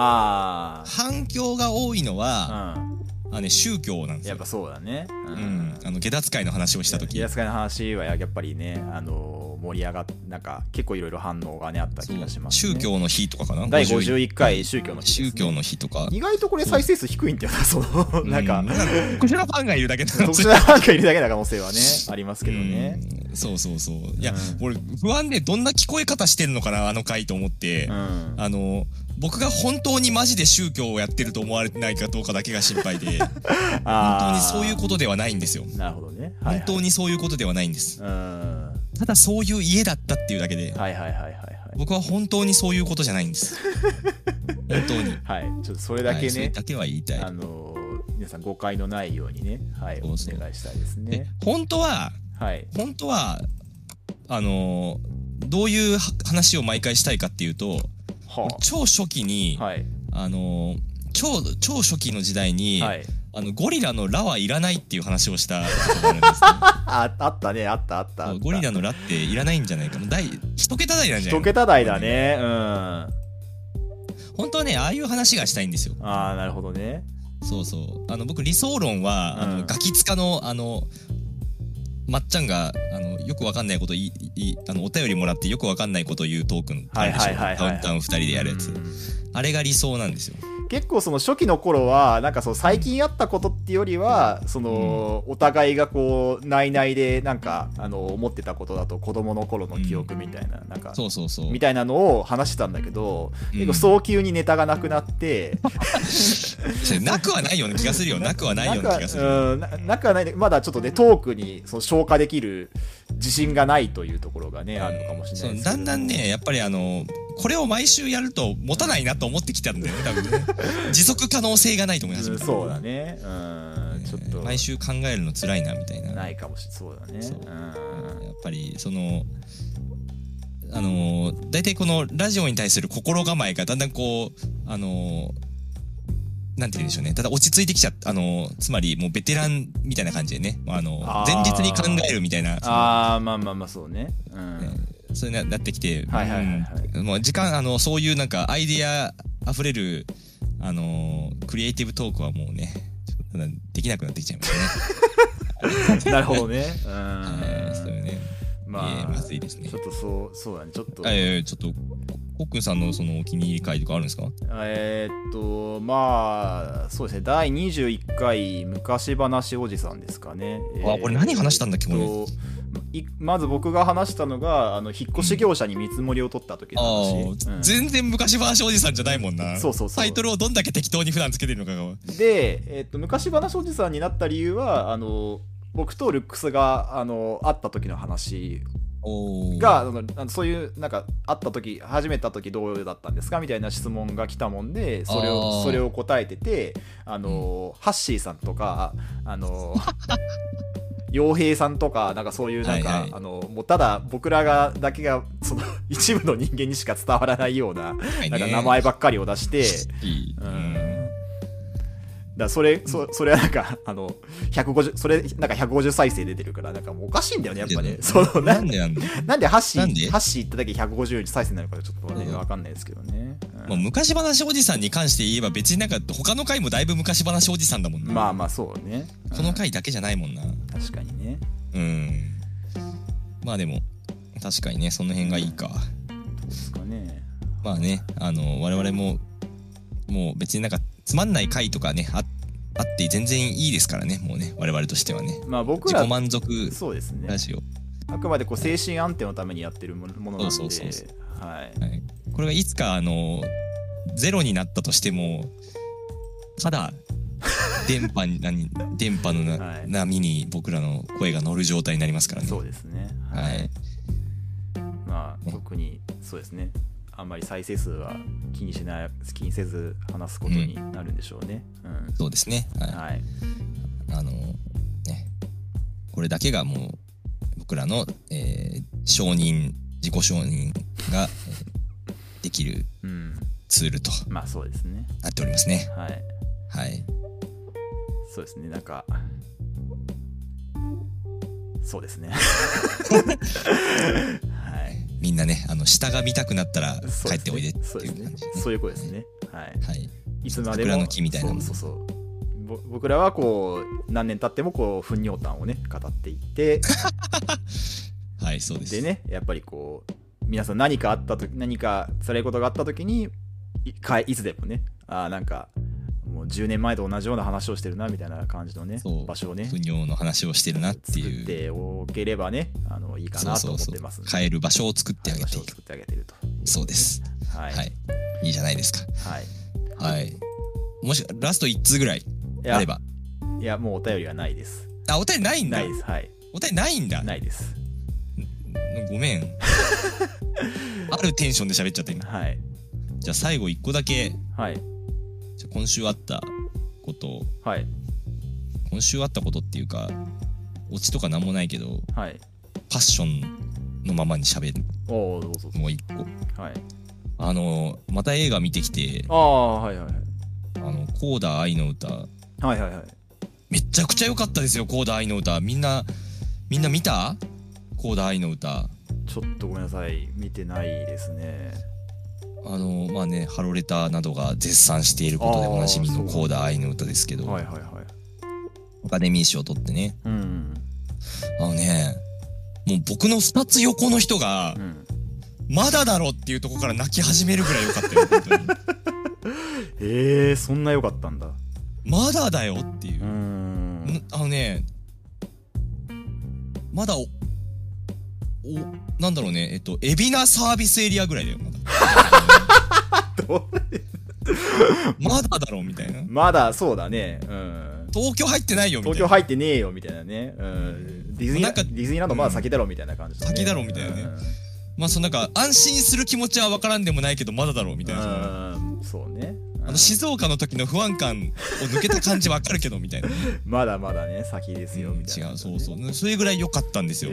が多いのは、宗教なんですよ。 やっぱそうだね。 下脱会の話をした時、 下脱会の話はやっぱりね、盛り上がっ、なんか結構いろいろ反応がねあった気がしますね。 宗教の日とかかな、 第51回宗教の日、 宗教の日とか、 意外とこれ再生数低いんだよな、そのなんかこちらファンがいるだけのこちらファンがいるだけの可能性はねありますけどね。 そういや、俺不安でどんな聞こえ方してんのかなあの回と思って、僕が本当にマジで宗教をやってると思われてないかどうかだけが心配で本当にそういうことではないんですよ。 なるほどね。 本当にそういうことではないんです。ただそういう家だったっていうだけで、僕は本当にそういうことじゃないんです本当に。 はい、ちょっとそれだけね、 それだけは言いたい。 皆さん誤解のないようにね、はい、お願いしたいですね。 本当はどういう話を毎回したいかっていうと、超初期に、超初期の時代に、ゴリラのラはいらないっていう話をしたことがあるんですね。 あったね、あった。 ゴリラのラっていらないんじゃないか。一桁台なんじゃないか。 一桁台だね。 本当はね、ああいう話がしたいんですよ。 なるほどね。 僕理想論は、ガキ使のまっちゃんがよくわかんないことお便りもらってよくわかんないことを言うトークンあるでしょ。カウンターを2人でやるやつ。あれが理想なんですよ。 結構その初期の頃はなんかその最近あったことっていうよりはそのお互いがこう内々でなんか思ってたことだと子供の頃の記憶みたいななんかみたいなのを話してたんだけど、結構早急にネタがなくなってなくはないような気がするよ。なくはないような気がする。 なくはない。まだちょっとねトークにその消化できる自信がないというところがねあるのかもしれないですけど、 だんだんねやっぱりこれを毎週やると持たないなと思ってきたんだよね多分ね。持続可能性がないと思い始めた。 そうだね。ちょっと毎週考えるの辛いなみたいな。 ないかもしれない。そうだね。 やっぱりその大体このラジオに対する心構えがだんだんこうなんて言うんでしょうね。ただ落ち着いてきちゃった。つまりもうベテランみたいな感じでね。前日に考えるみたいな。 まあそうね。 そういうなってきて、 もう時間そういうなんかアイディア溢れるクリエイティブトークはもうねできなくなってきちゃいましたね。なるほどね。 そういうね。まずいですね。 ちょっとそうだね。ちょっとちょっとコックンさんのそのお気に入り回とかあるんですか？ まあそうですね。第21回昔話おじさんですかね。 これ何話したんだっけこれ。 まず僕が話したのが引っ越し業者に見積もりを取った時の話。 全然昔話おじさんじゃないもんな。 そうタイトルをどんだけ適当に普段つけてるのかが。 で、昔話おじさんになった理由は僕とルックスが会った時の話がそういうなんか会った時始めた時どうだったんですかみたいな質問が来たもんでそれを答えててハッシーさんとか傭兵さんとかなんかそういうなんか、もうただ僕らだけがその一部の人間にしか伝わらないような、なんか名前ばっかりを出して、だそれはなんか150再生出てるからなんかもうおかしいんだよねやっぱね。なんでハッシー行っただけ150再生なのかちょっとね分かんないですけどね。 もう昔話おじさんに関して言えば別になんか他の回もだいぶ昔話おじさんだもんな。 まあそうね。 この回だけじゃないもんな。 確かにね。 まあでも確かにねその辺がいいか。 どうですかね。 まあね我々ももう別になんかつまんない回とかねあって全然いいですからねもうね我々としてはね。 まあ僕ら自己満足そうですね。 ラジオ。 あくまでこう精神安定のためにやってるものなんで。 これがいつかゼロになったとしてもただ電波の波に僕らの声が乗る状態になりますからね。 そうですね。まあ特にそうですね。あんまり再生数は気にせず話すことになるんでしょうね。 そうですね。これだけがもう僕らの自己承認ができるツールとまあそうですねなっておりますね。 そうですね。なんかそうですね。 みんなね下が見たくなったら帰っておいでっていう感じ。 そういうことですね。いつまでも桜の木みたいな。 僕らはこう何年経ってもこう糞尿譚をね語っていってそうです。 でねやっぱりこう皆さん何か辛いことがあった時にいつでもねなんかもう10年前と同じような話をしてるなみたいな感じのね場所をね糞尿の話をしてるなっていう作っておければねいいかなと思ってます。 帰る場所を作ってあげている。 と。 そうです。いいじゃないですか。もしラスト1通ぐらいあれば。 いやもうお便りはないです。 お便りないんだ。 ないです。 お便りないんだ。 ないです。 ごめん。あるテンションで喋っちゃった今。じゃあ最後1個だけ。じゃあ今週あったことを。今週あったことっていうかオチとかなんもないけど、パッションのままに喋る。 どうぞ。 もう1個。また映画見てきて。 コーダ愛の歌。めちゃくちゃ良かったですよコーダ愛の歌。みんな見た？コーダ愛の歌。 ちょっとごめんなさい見てないですね。 まあねハロレタなどが絶賛していることでおなじみのコーダ愛の歌ですけど、アカデミー賞を取ってね、もう僕の2つ横の人が、まだだろっていうところから泣き始めるぐらい良かったよ本当に。 そんな良かったんだ。 まだだよっていう。まだなんだろうね、海老名サービスエリアぐらいだよ、まだだろみたいな。 まだそうだね。 東京入ってないよみたいな。 東京入ってねえよみたいなね。ディズニーランドまだ先だろみたいな感じ、 先だろみたいなね。まあなんか安心する気持ちは分からんでもないけどまだだろうみたいな。 そうね。 静岡の時の不安感を抜けた感じ分かるけどみたいな。 まだまだね先ですよみたいな、 違う、そうそう、それぐらい良かったんですよ。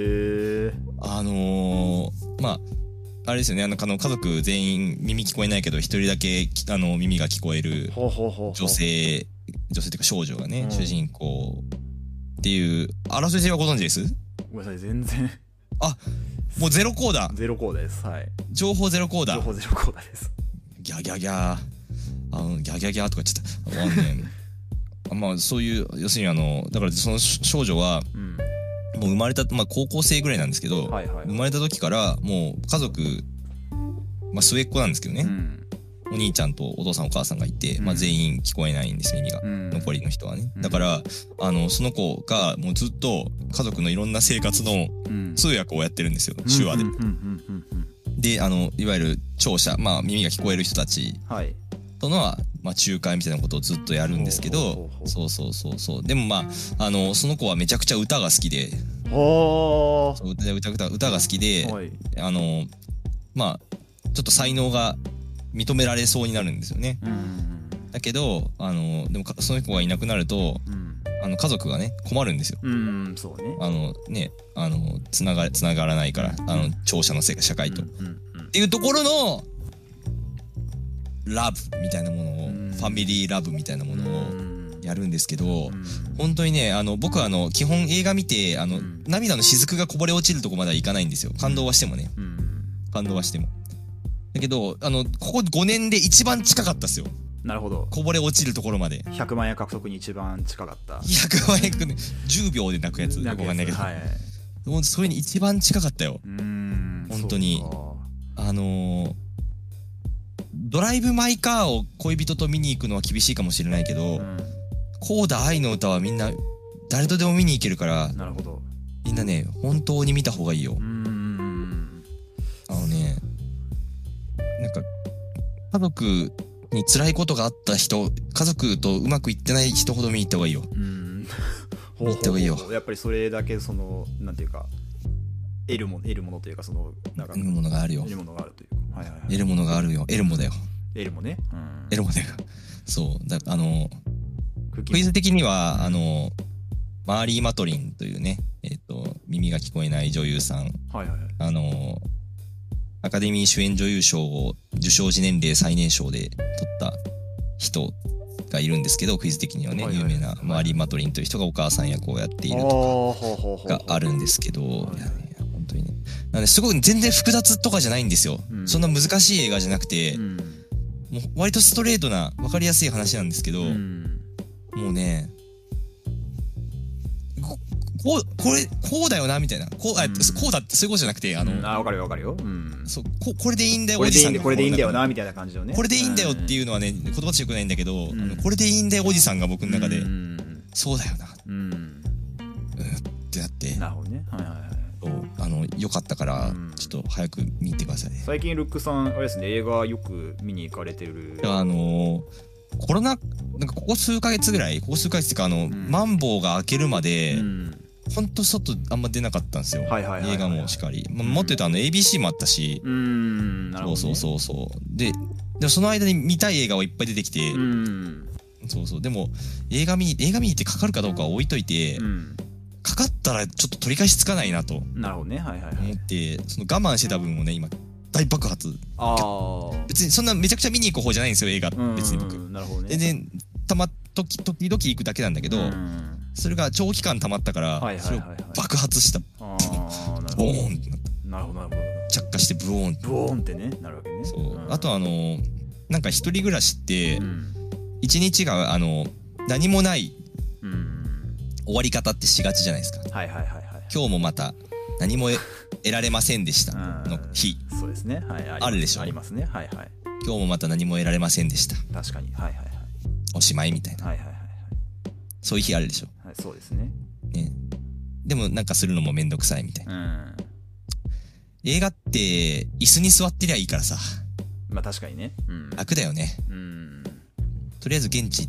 まああれですよね、家族全員耳聞こえないけど一人だけ耳が聞こえる女性っていうか少女がね、主人公っていうあらすじはご存知です？ ごめんなさい、全然。 もうゼロコーダー。 ゼロコーダーです。はい。 情報ゼロコーダー。 情報ゼロコーダーです。 ギャギャギャー。ギャギャギャーとか言っちゃった。まあそういう、要するにだからその少女は、もう生まれた、まあ高校生ぐらいなんですけど、生まれた時からもう家族、まあ末っ子なんですけどね。お兄ちゃんとお父さんお母さんがいて、まあ全員聞こえないんです、耳が。残りの人はね。だから、その子がもうずっと家族のいろんな生活の通訳をやってるんですよ、手話で。で、いわゆる聴者、まあ耳が聞こえる人たちとのは、まあ仲介みたいなことをずっとやるんですけど、そう。でもまあ、その子はめちゃくちゃ歌が好きで、歌が好きで、まあ、ちょっと才能が認められそうになるんですよね。だけど、でもその子がいなくなると、家族がね、困るんですよ。 そうね。 つながらないから、聴者の社会と。っていうところの、ラブみたいなものを、ファミリーラブみたいなものをやるんですけど、本当にね、僕は基本映画見て、涙の雫がこぼれ落ちるとこまではいかないんですよ。感動はしてもね。感動はしても。だけど、ここ5年で一番近かったっすよ。 なるほど。 こぼれ落ちるところまで。 100万円獲得に一番近かった。 100万円獲得、10秒で泣くやつ。よくわかんないけど。もうそれに一番近かったよ。本当に。ドライブ・マイ・カーを恋人と見に行くのは厳しいかもしれないけど、コーダ愛の歌はみんな誰とでも見に行けるから、 なるほど。 みんなね、本当に見た方がいいよ。なんか、家族に辛いことがあった人、家族とうまくいってない人ほど見に行った方がいいよ。見に行った方がいいよ。 やっぱりそれだけなんていうか、得るものというか、 なんか得るものがあるよ。 得るものがあるというか。 得るものがあるよ。エルモだよ。 エルモね。 エルモだよ。そう。クイズ的には、マーリー・マトリンというね、耳が聞こえない女優さん。アカデミー主演女優賞を受賞時年齢最年少で取った人がいるんですけど、クイズ的にはね、有名なマーリー・マトリンという人がお母さん役をやっているとかがあるんですけど、本当にね。なんですごい全然複雑とかじゃないんですよ。そんな難しい映画じゃなくて、もう割とストレートな分かりやすい話なんですけど、もうね、こうだよなみたいな、こうだってそういうことじゃなくて、 わかるよ。 そう、これでいいんだよおじさん。 これでいいんだよなみたいな感じのね。 これでいいんだよっていうのはね、言葉強くないんだけど、これでいいんだよおじさんが僕の中で、そうだよな。ってなって。 なるほどね。 良かったから、ちょっと早く見てください。 最近ルックさんあれですね、映画よく見に行かれてる。 コロナなんかここ数ヶ月っていうかマンボウが明けるまで、ほんと外あんま出なかったんですよ。映画もしかり。もっと言うとABC もあったし。 なるほどね。 そう。でその間に見たい映画はいっぱい出てきて。そう。でも映画見に行ってかかるかどうかは置いといて、かかったらちょっと取り返しつかないなと。 なるほどね。 思って、その我慢してた分をね、今、大爆発。別にそんなめちゃくちゃ見に行く方じゃないんですよ、映画。別に僕。 なるほどね。 全然、時々行くだけなんだけど、それが長期間溜まったから、それを爆発した。ボーンってなった。 なるほど。 着火してブオーン。 ブオーンってね、なるわけね。 そう。あとなんか一人暮らしって、一日が何もない終わり方ってしがちじゃないですか。今日もまた何も得得られませんでしたの日。 そうですね。はい。 あるでしょ。 ありますね。はいはい。 今日もまた何も得られませんでした。 確かに。はいはいはい。 おしまいみたいな。 はいはいはい。 そういう日あるでしょ。 はい、そうですね。 ね。でもなんかするのもめんどくさいみたいな。映画って椅子に座ってりゃいいからさ。 まあ確かにね。 楽だよね。とりあえず現地行って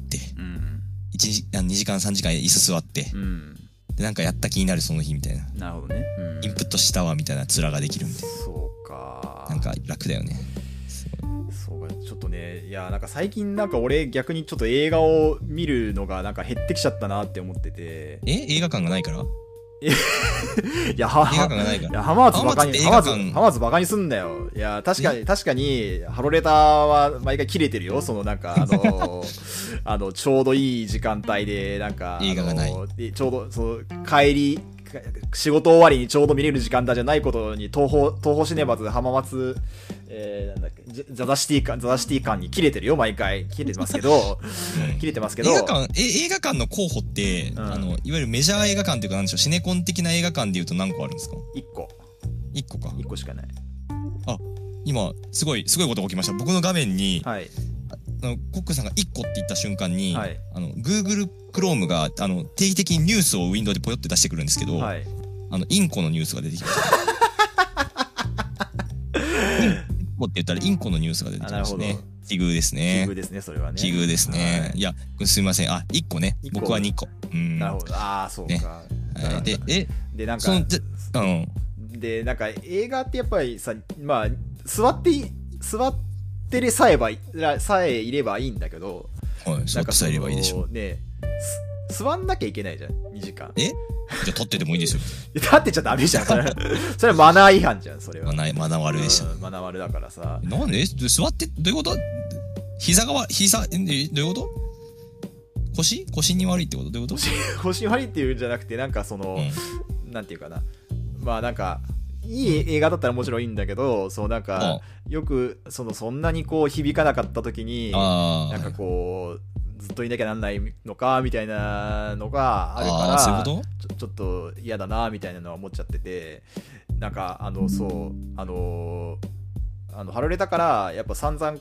、2時間3時間椅子座って、でなんかやった気になるその日みたいな。 なるほどね。 インプットしたわみたいな面ができるみたいな。 そうか。 なんか楽だよね。 そうか、ちょっとね、いやなんか最近なんか俺逆にちょっと映画を見るのがなんか減ってきちゃったなって思ってて。 映画館がないから？ いや、 映画館がないから。 いや、浜松バカにすんなよ。いや、確かに、ハロレタは毎回切れてるよ。そのなんか、ちょうどいい時間帯で、なんか、 映画がない。 ちょうど、帰り、仕事終わりにちょうど見れる時間帯じゃないことに、東宝シネマズ浜松、なんだっけ、ザザシティ館に切れてるよ、毎回。切れてますけど、映画館の候補って、いわゆるメジャー映画館っていうか、なんでしょう、シネコン的な映画館でいうと何個あるんですか？ 1個。 1個か。 1個しかない。 あ、今、すごいことが起きました。僕の画面に、 はい。 コックさんが1個って言った瞬間に、Google Chrome が定期的にニュースをウィンドウでポヨって出してくるんですけど、インコのニュースが出てきました。1個って言ったらインコのニュースが出てきましたね。奇遇ですね。 奇遇ですね、それはね。 奇遇ですね。いや、すみません。1個ね。僕は2個。 なるほど。そうか。 で、 なんか、で、なんか映画ってやっぱりさ、まあ、座ってれさえいればいいんだけど、 座ってさえいればいいでしょ。 ね、座んなきゃいけないじゃん、2時間。 じゃあ立っててもいいですよ。 立ってちゃダメじゃん。それはマナー違反じゃん、それは。 マナー悪でした。 マナー悪だからさ。 なんで座って、どういうこと？どういうこと？腰に悪いってこと？どういうこと？ 腰悪いっていうんじゃなくて、なんかなんていうかな。まあなんか、いい映画だったらもちろんいいんだけど、なんか、よく、そんなに響かなかった時に、なんかずっといなきゃなんないのか、みたいなのがあるから、 そういうこと？ ちょっと嫌だな、みたいなのは思っちゃってて、なんか、ハロレタから、やっぱ散々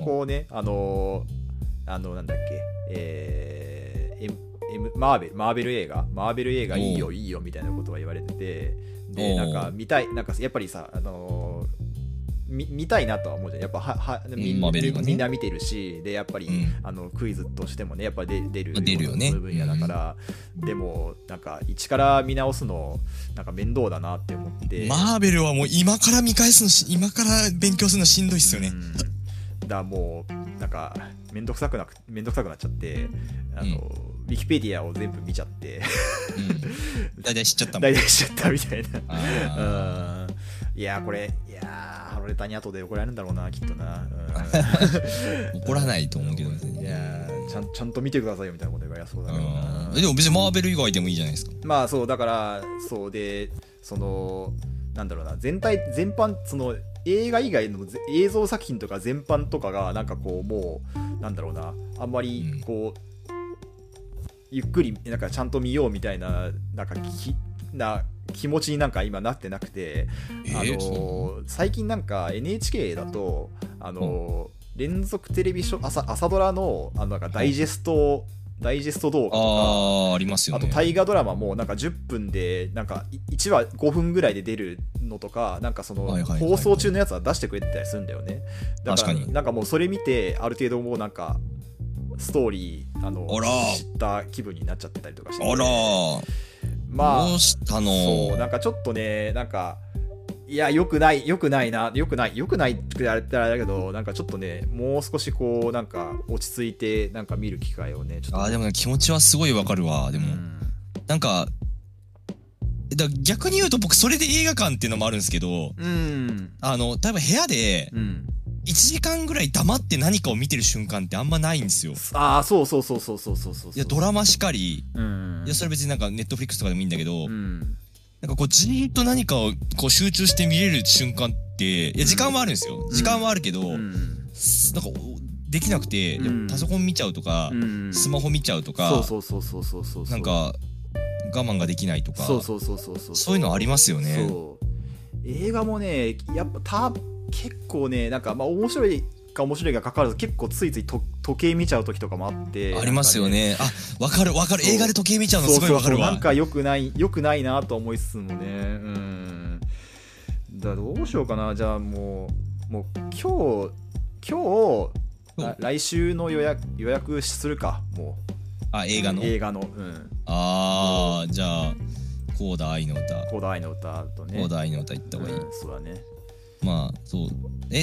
なんだっけ、マーベル映画いいよいいよみたいなことは言われてて、でなんかなんかやっぱりさ見たいなとは思うじゃん。やっぱみんな見てるし、でやっぱり、クイズとしてもねやっぱ出るよね分野だから、でもなんか一から見直すのなんか面倒だなって思って。 マーベルはもう今から見返すの今から勉強するのしんどいっすよね。 だからもうなんかめんどくさくなっちゃって、ウィキペディアを全部見ちゃって、 大体知っちゃったみたいな。いやハロレタに後で怒られるんだろうな、きっとな。 怒らないと思うけどね。 いやちゃんと見てくださいよみたいなこと言われそうだけどな。 でも別にマーベル以外でもいいじゃないですか。 まあそうだからでなんだろうな、全般映画以外の映像作品とか全般とかがなんかもうなんだろうな、あんまりゆっくりなんかちゃんと見ようみたいななんか気持ちになんか今なってなくて、最近なんか NHK だと連続テレビ朝ドラのなんかダイジェスト動画とかありますよね。 あと大河ドラマもなんか10分でなんか1話5分ぐらいで出るのとか、なんか放送中のやつは出してくれてたりするんだよね。だからなんかもうそれ見てある程度もうなんかストーリー知った気分になっちゃってたりとかして、まあどうしたの？ そうなんかちょっとね、なんかいやよくないって言われたらだけど、なんかちょっとねもう少しなんか落ち着いてなんか見る機会をねちょっと。 でもね気持ちはすごいわかるわ。でも、なんか逆に言うと僕それで映画館っていうのもあるんですけど、例えば部屋で1時間ぐらい黙って何かを見てる瞬間ってあんまないんですよ。 そう。いやドラマしかり、いやそれ別になんかネットフリックスとかでもいいんだけど、なんかじーっと何かを集中して見れる瞬間って、いや時間はあるんですよ。時間はあるけど、なんかできなくて、パソコン見ちゃうとか、スマホ見ちゃうとか、なんか我慢ができないとか、そういうのありますよね。 映画もね、やっぱ結構ね、なんかまあ面白いか面白いがかかわらず、結構ついつい時計見ちゃう時とかもあって。 ありますよね。あ、わかる。映画で時計見ちゃうのすごいわかるわ。 なんか良くないなと思いつつもね。どうしようかな。じゃあもう今日来週の予約するか。もう映画のじゃあコーダ愛の歌とね、 コーダ愛の歌行った方がいい。 そうだね。 まあそう。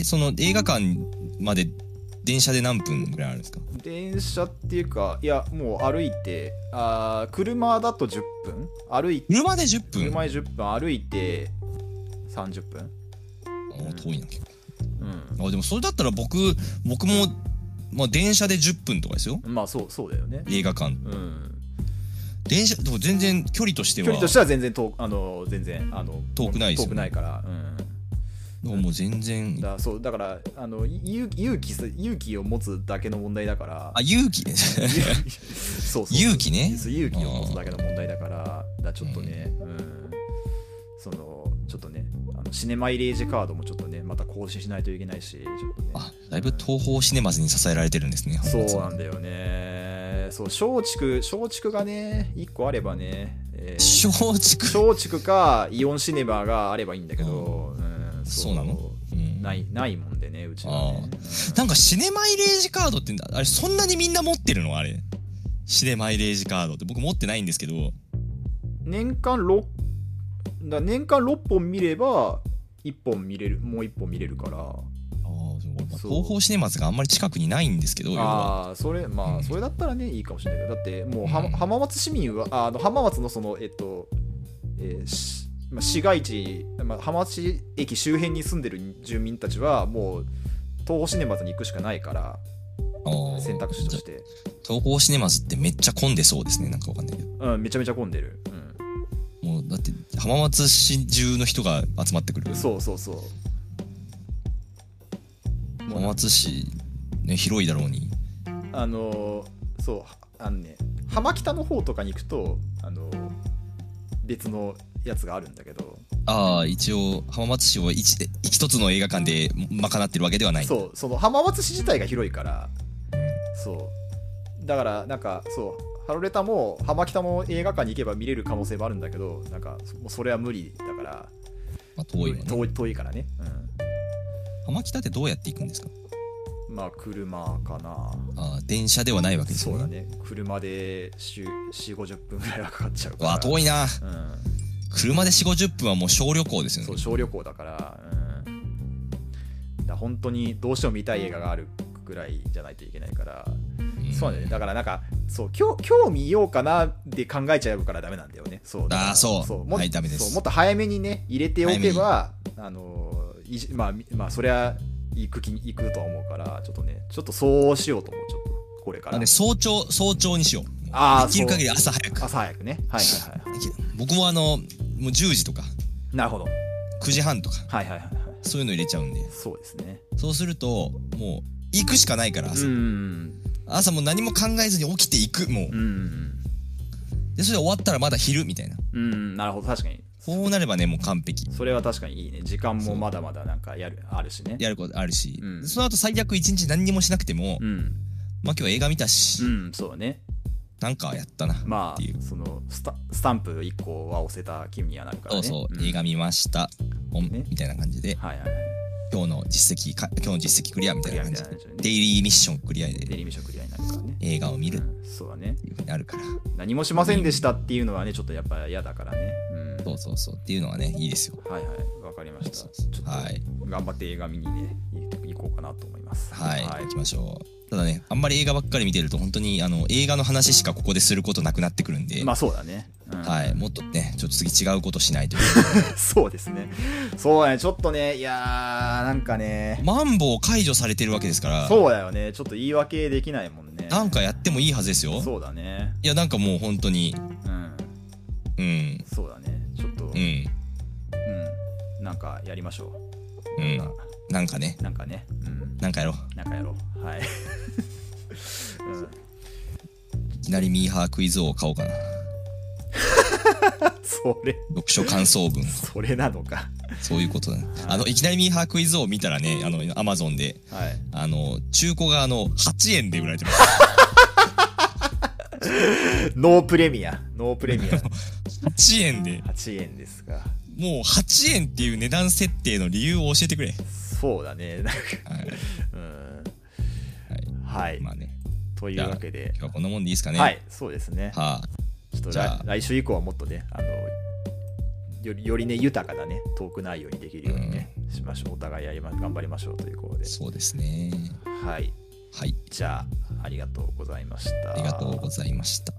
その映画館まで電車で何分ぐらいあるんですか？ 電車っていうか、いやもう歩いて、車だと10分、歩いて車で10分、 車で10分、歩いて30分。 遠いな結構。でもそれだったら僕もまあ電車で10分とかですよ。 まあそうだよね。 映画館。電車でも全然距離としては全然遠くないですよ。 遠くないから。 もう全然だから勇気を持つだけの問題だから。 勇気ね。 そう勇気ね。 勇気を持つだけの問題だから、ちょっとね、ちょっとね、シネマイレージカードもちょっとね、また更新しないといけないし、ちょっとね。 だいぶ東宝シネマズに支えられてるんですね。 そうなんだよね。そう、松竹がね、1個あればね、松竹かイオンシネマがあればいいんだけど、 そうなの？ ないもんでね、うちはね。 なんかシネマイレージカードってあれそんなにみんな持ってるの？あれシネマイレージカードって僕持ってないんですけど、 年間6本見れば1本見れる、もう1本見れるから。 東宝シネマズがあんまり近くにないんですけど、 それだったらね、いいかもしれないけど、だってもう浜松市民は浜松のその市街地、浜松駅周辺に住んでる住民たちはもう東宝シネマズに行くしかないから、選択肢として。 東宝シネマズってめっちゃ混んでそうですね。なんかわかんないけど。 めちゃめちゃ混んでる。 もうだって浜松市中の人が集まってくる。 そう。 浜松市ね、広いだろうに。 浜北の方とかに行くと別のやつがあるんだけど、 一応浜松市を一つの映画館で賄ってるわけではない。 その浜松市自体が広いから、だからなんかハロレタも浜北の映画館に行けば見れる可能性もあるんだけど、なんかもうそれは無理だから、 遠いわね。 遠いからね。 浜北ってどうやって行くんですか？ まあ車かな。 電車ではないわけですね。 そうだね。車で40-50分ぐらいはかかっちゃうから。 遠いな。車で40-50分はもう小旅行ですよね。 そう、小旅行だから、本当にどうしても見たい映画があるぐらいじゃないといけないから。そうだね。だからなんか今日見ようかなって考えちゃうからダメなんだよね。 そうダメです。 もっと早めにね入れておけば、そりゃ行くとは思うから、ちょっとそうしようと思う。ちょっとこれから早朝にしよう。できる限り朝早くね。はい。 僕ももう10時とか、 なるほど、 9時半とか、そういうの入れちゃうんで。 そうですね。 そうするともう行くしかないから、朝も何も考えずに起きていく。もうでそれで終わったらまだ昼みたいな。 なるほど、確かにこうなればね、もう完璧。 それは確かにいいね。時間もまだまだなんかあるしね。 やることあるし、その後最悪一日何にもしなくても、まあ今日映画見たし、 そうだね。 なんかやったなっていう、 そのスタンプ1個は押せた気にはなるからね。 映画見ましたみたいな感じで、今日の実績クリアみたいな感じで、デイリーミッションクリアになるからね。映画を見る、 そうだね。 っていうふうになるから、 何もしませんでしたっていうのはね、ちょっとやっぱ嫌だからね。 そうっていうのはね、いいですよ。 わかりました。ちょっと頑張って映画見にね行こうかなと思います。 行きましょう。ただね、あんまり映画ばっかり見てると本当に映画の話しかここですることなくなってくるんで、 そうだね。 もっとね、ちょっと次違うことしないと。 そうですね。そうだね、ちょっとね、いやー、なんかね、 マンボウ解除されてるわけですから。 そうだよね。ちょっと言い訳できないもんね。 なんかやってもいいはずですよ。 そうだね。 いや、なんかもう本当に、 そうだね。ちょっと、なんかやりましょう。 なんかね。なんかやろう。はい。 いきなりミーハークイズ王買おうかな。 それ読書感想文。 それなのか。 そういうことだね。いきなりミーハークイズを見たらね、アマゾンで、 はい、 中古が8円で売られてます。 ノープレミア。 8円で。 8円ですか。 もう8円っていう値段設定の理由を教えてくれ。 そうだね。 はい。 はい。 まあね。 というわけで。 今日はこんなもんでいいですかね。 はい、そうですね。 はあ。 ちょっと来週以降はもっとね、よりね、豊かなね、トーク内容にできるようにね、しましょう。お互い頑張りましょうということで。 そうですね。 はい。 はい。 じゃあ、ありがとうございました。 ありがとうございました。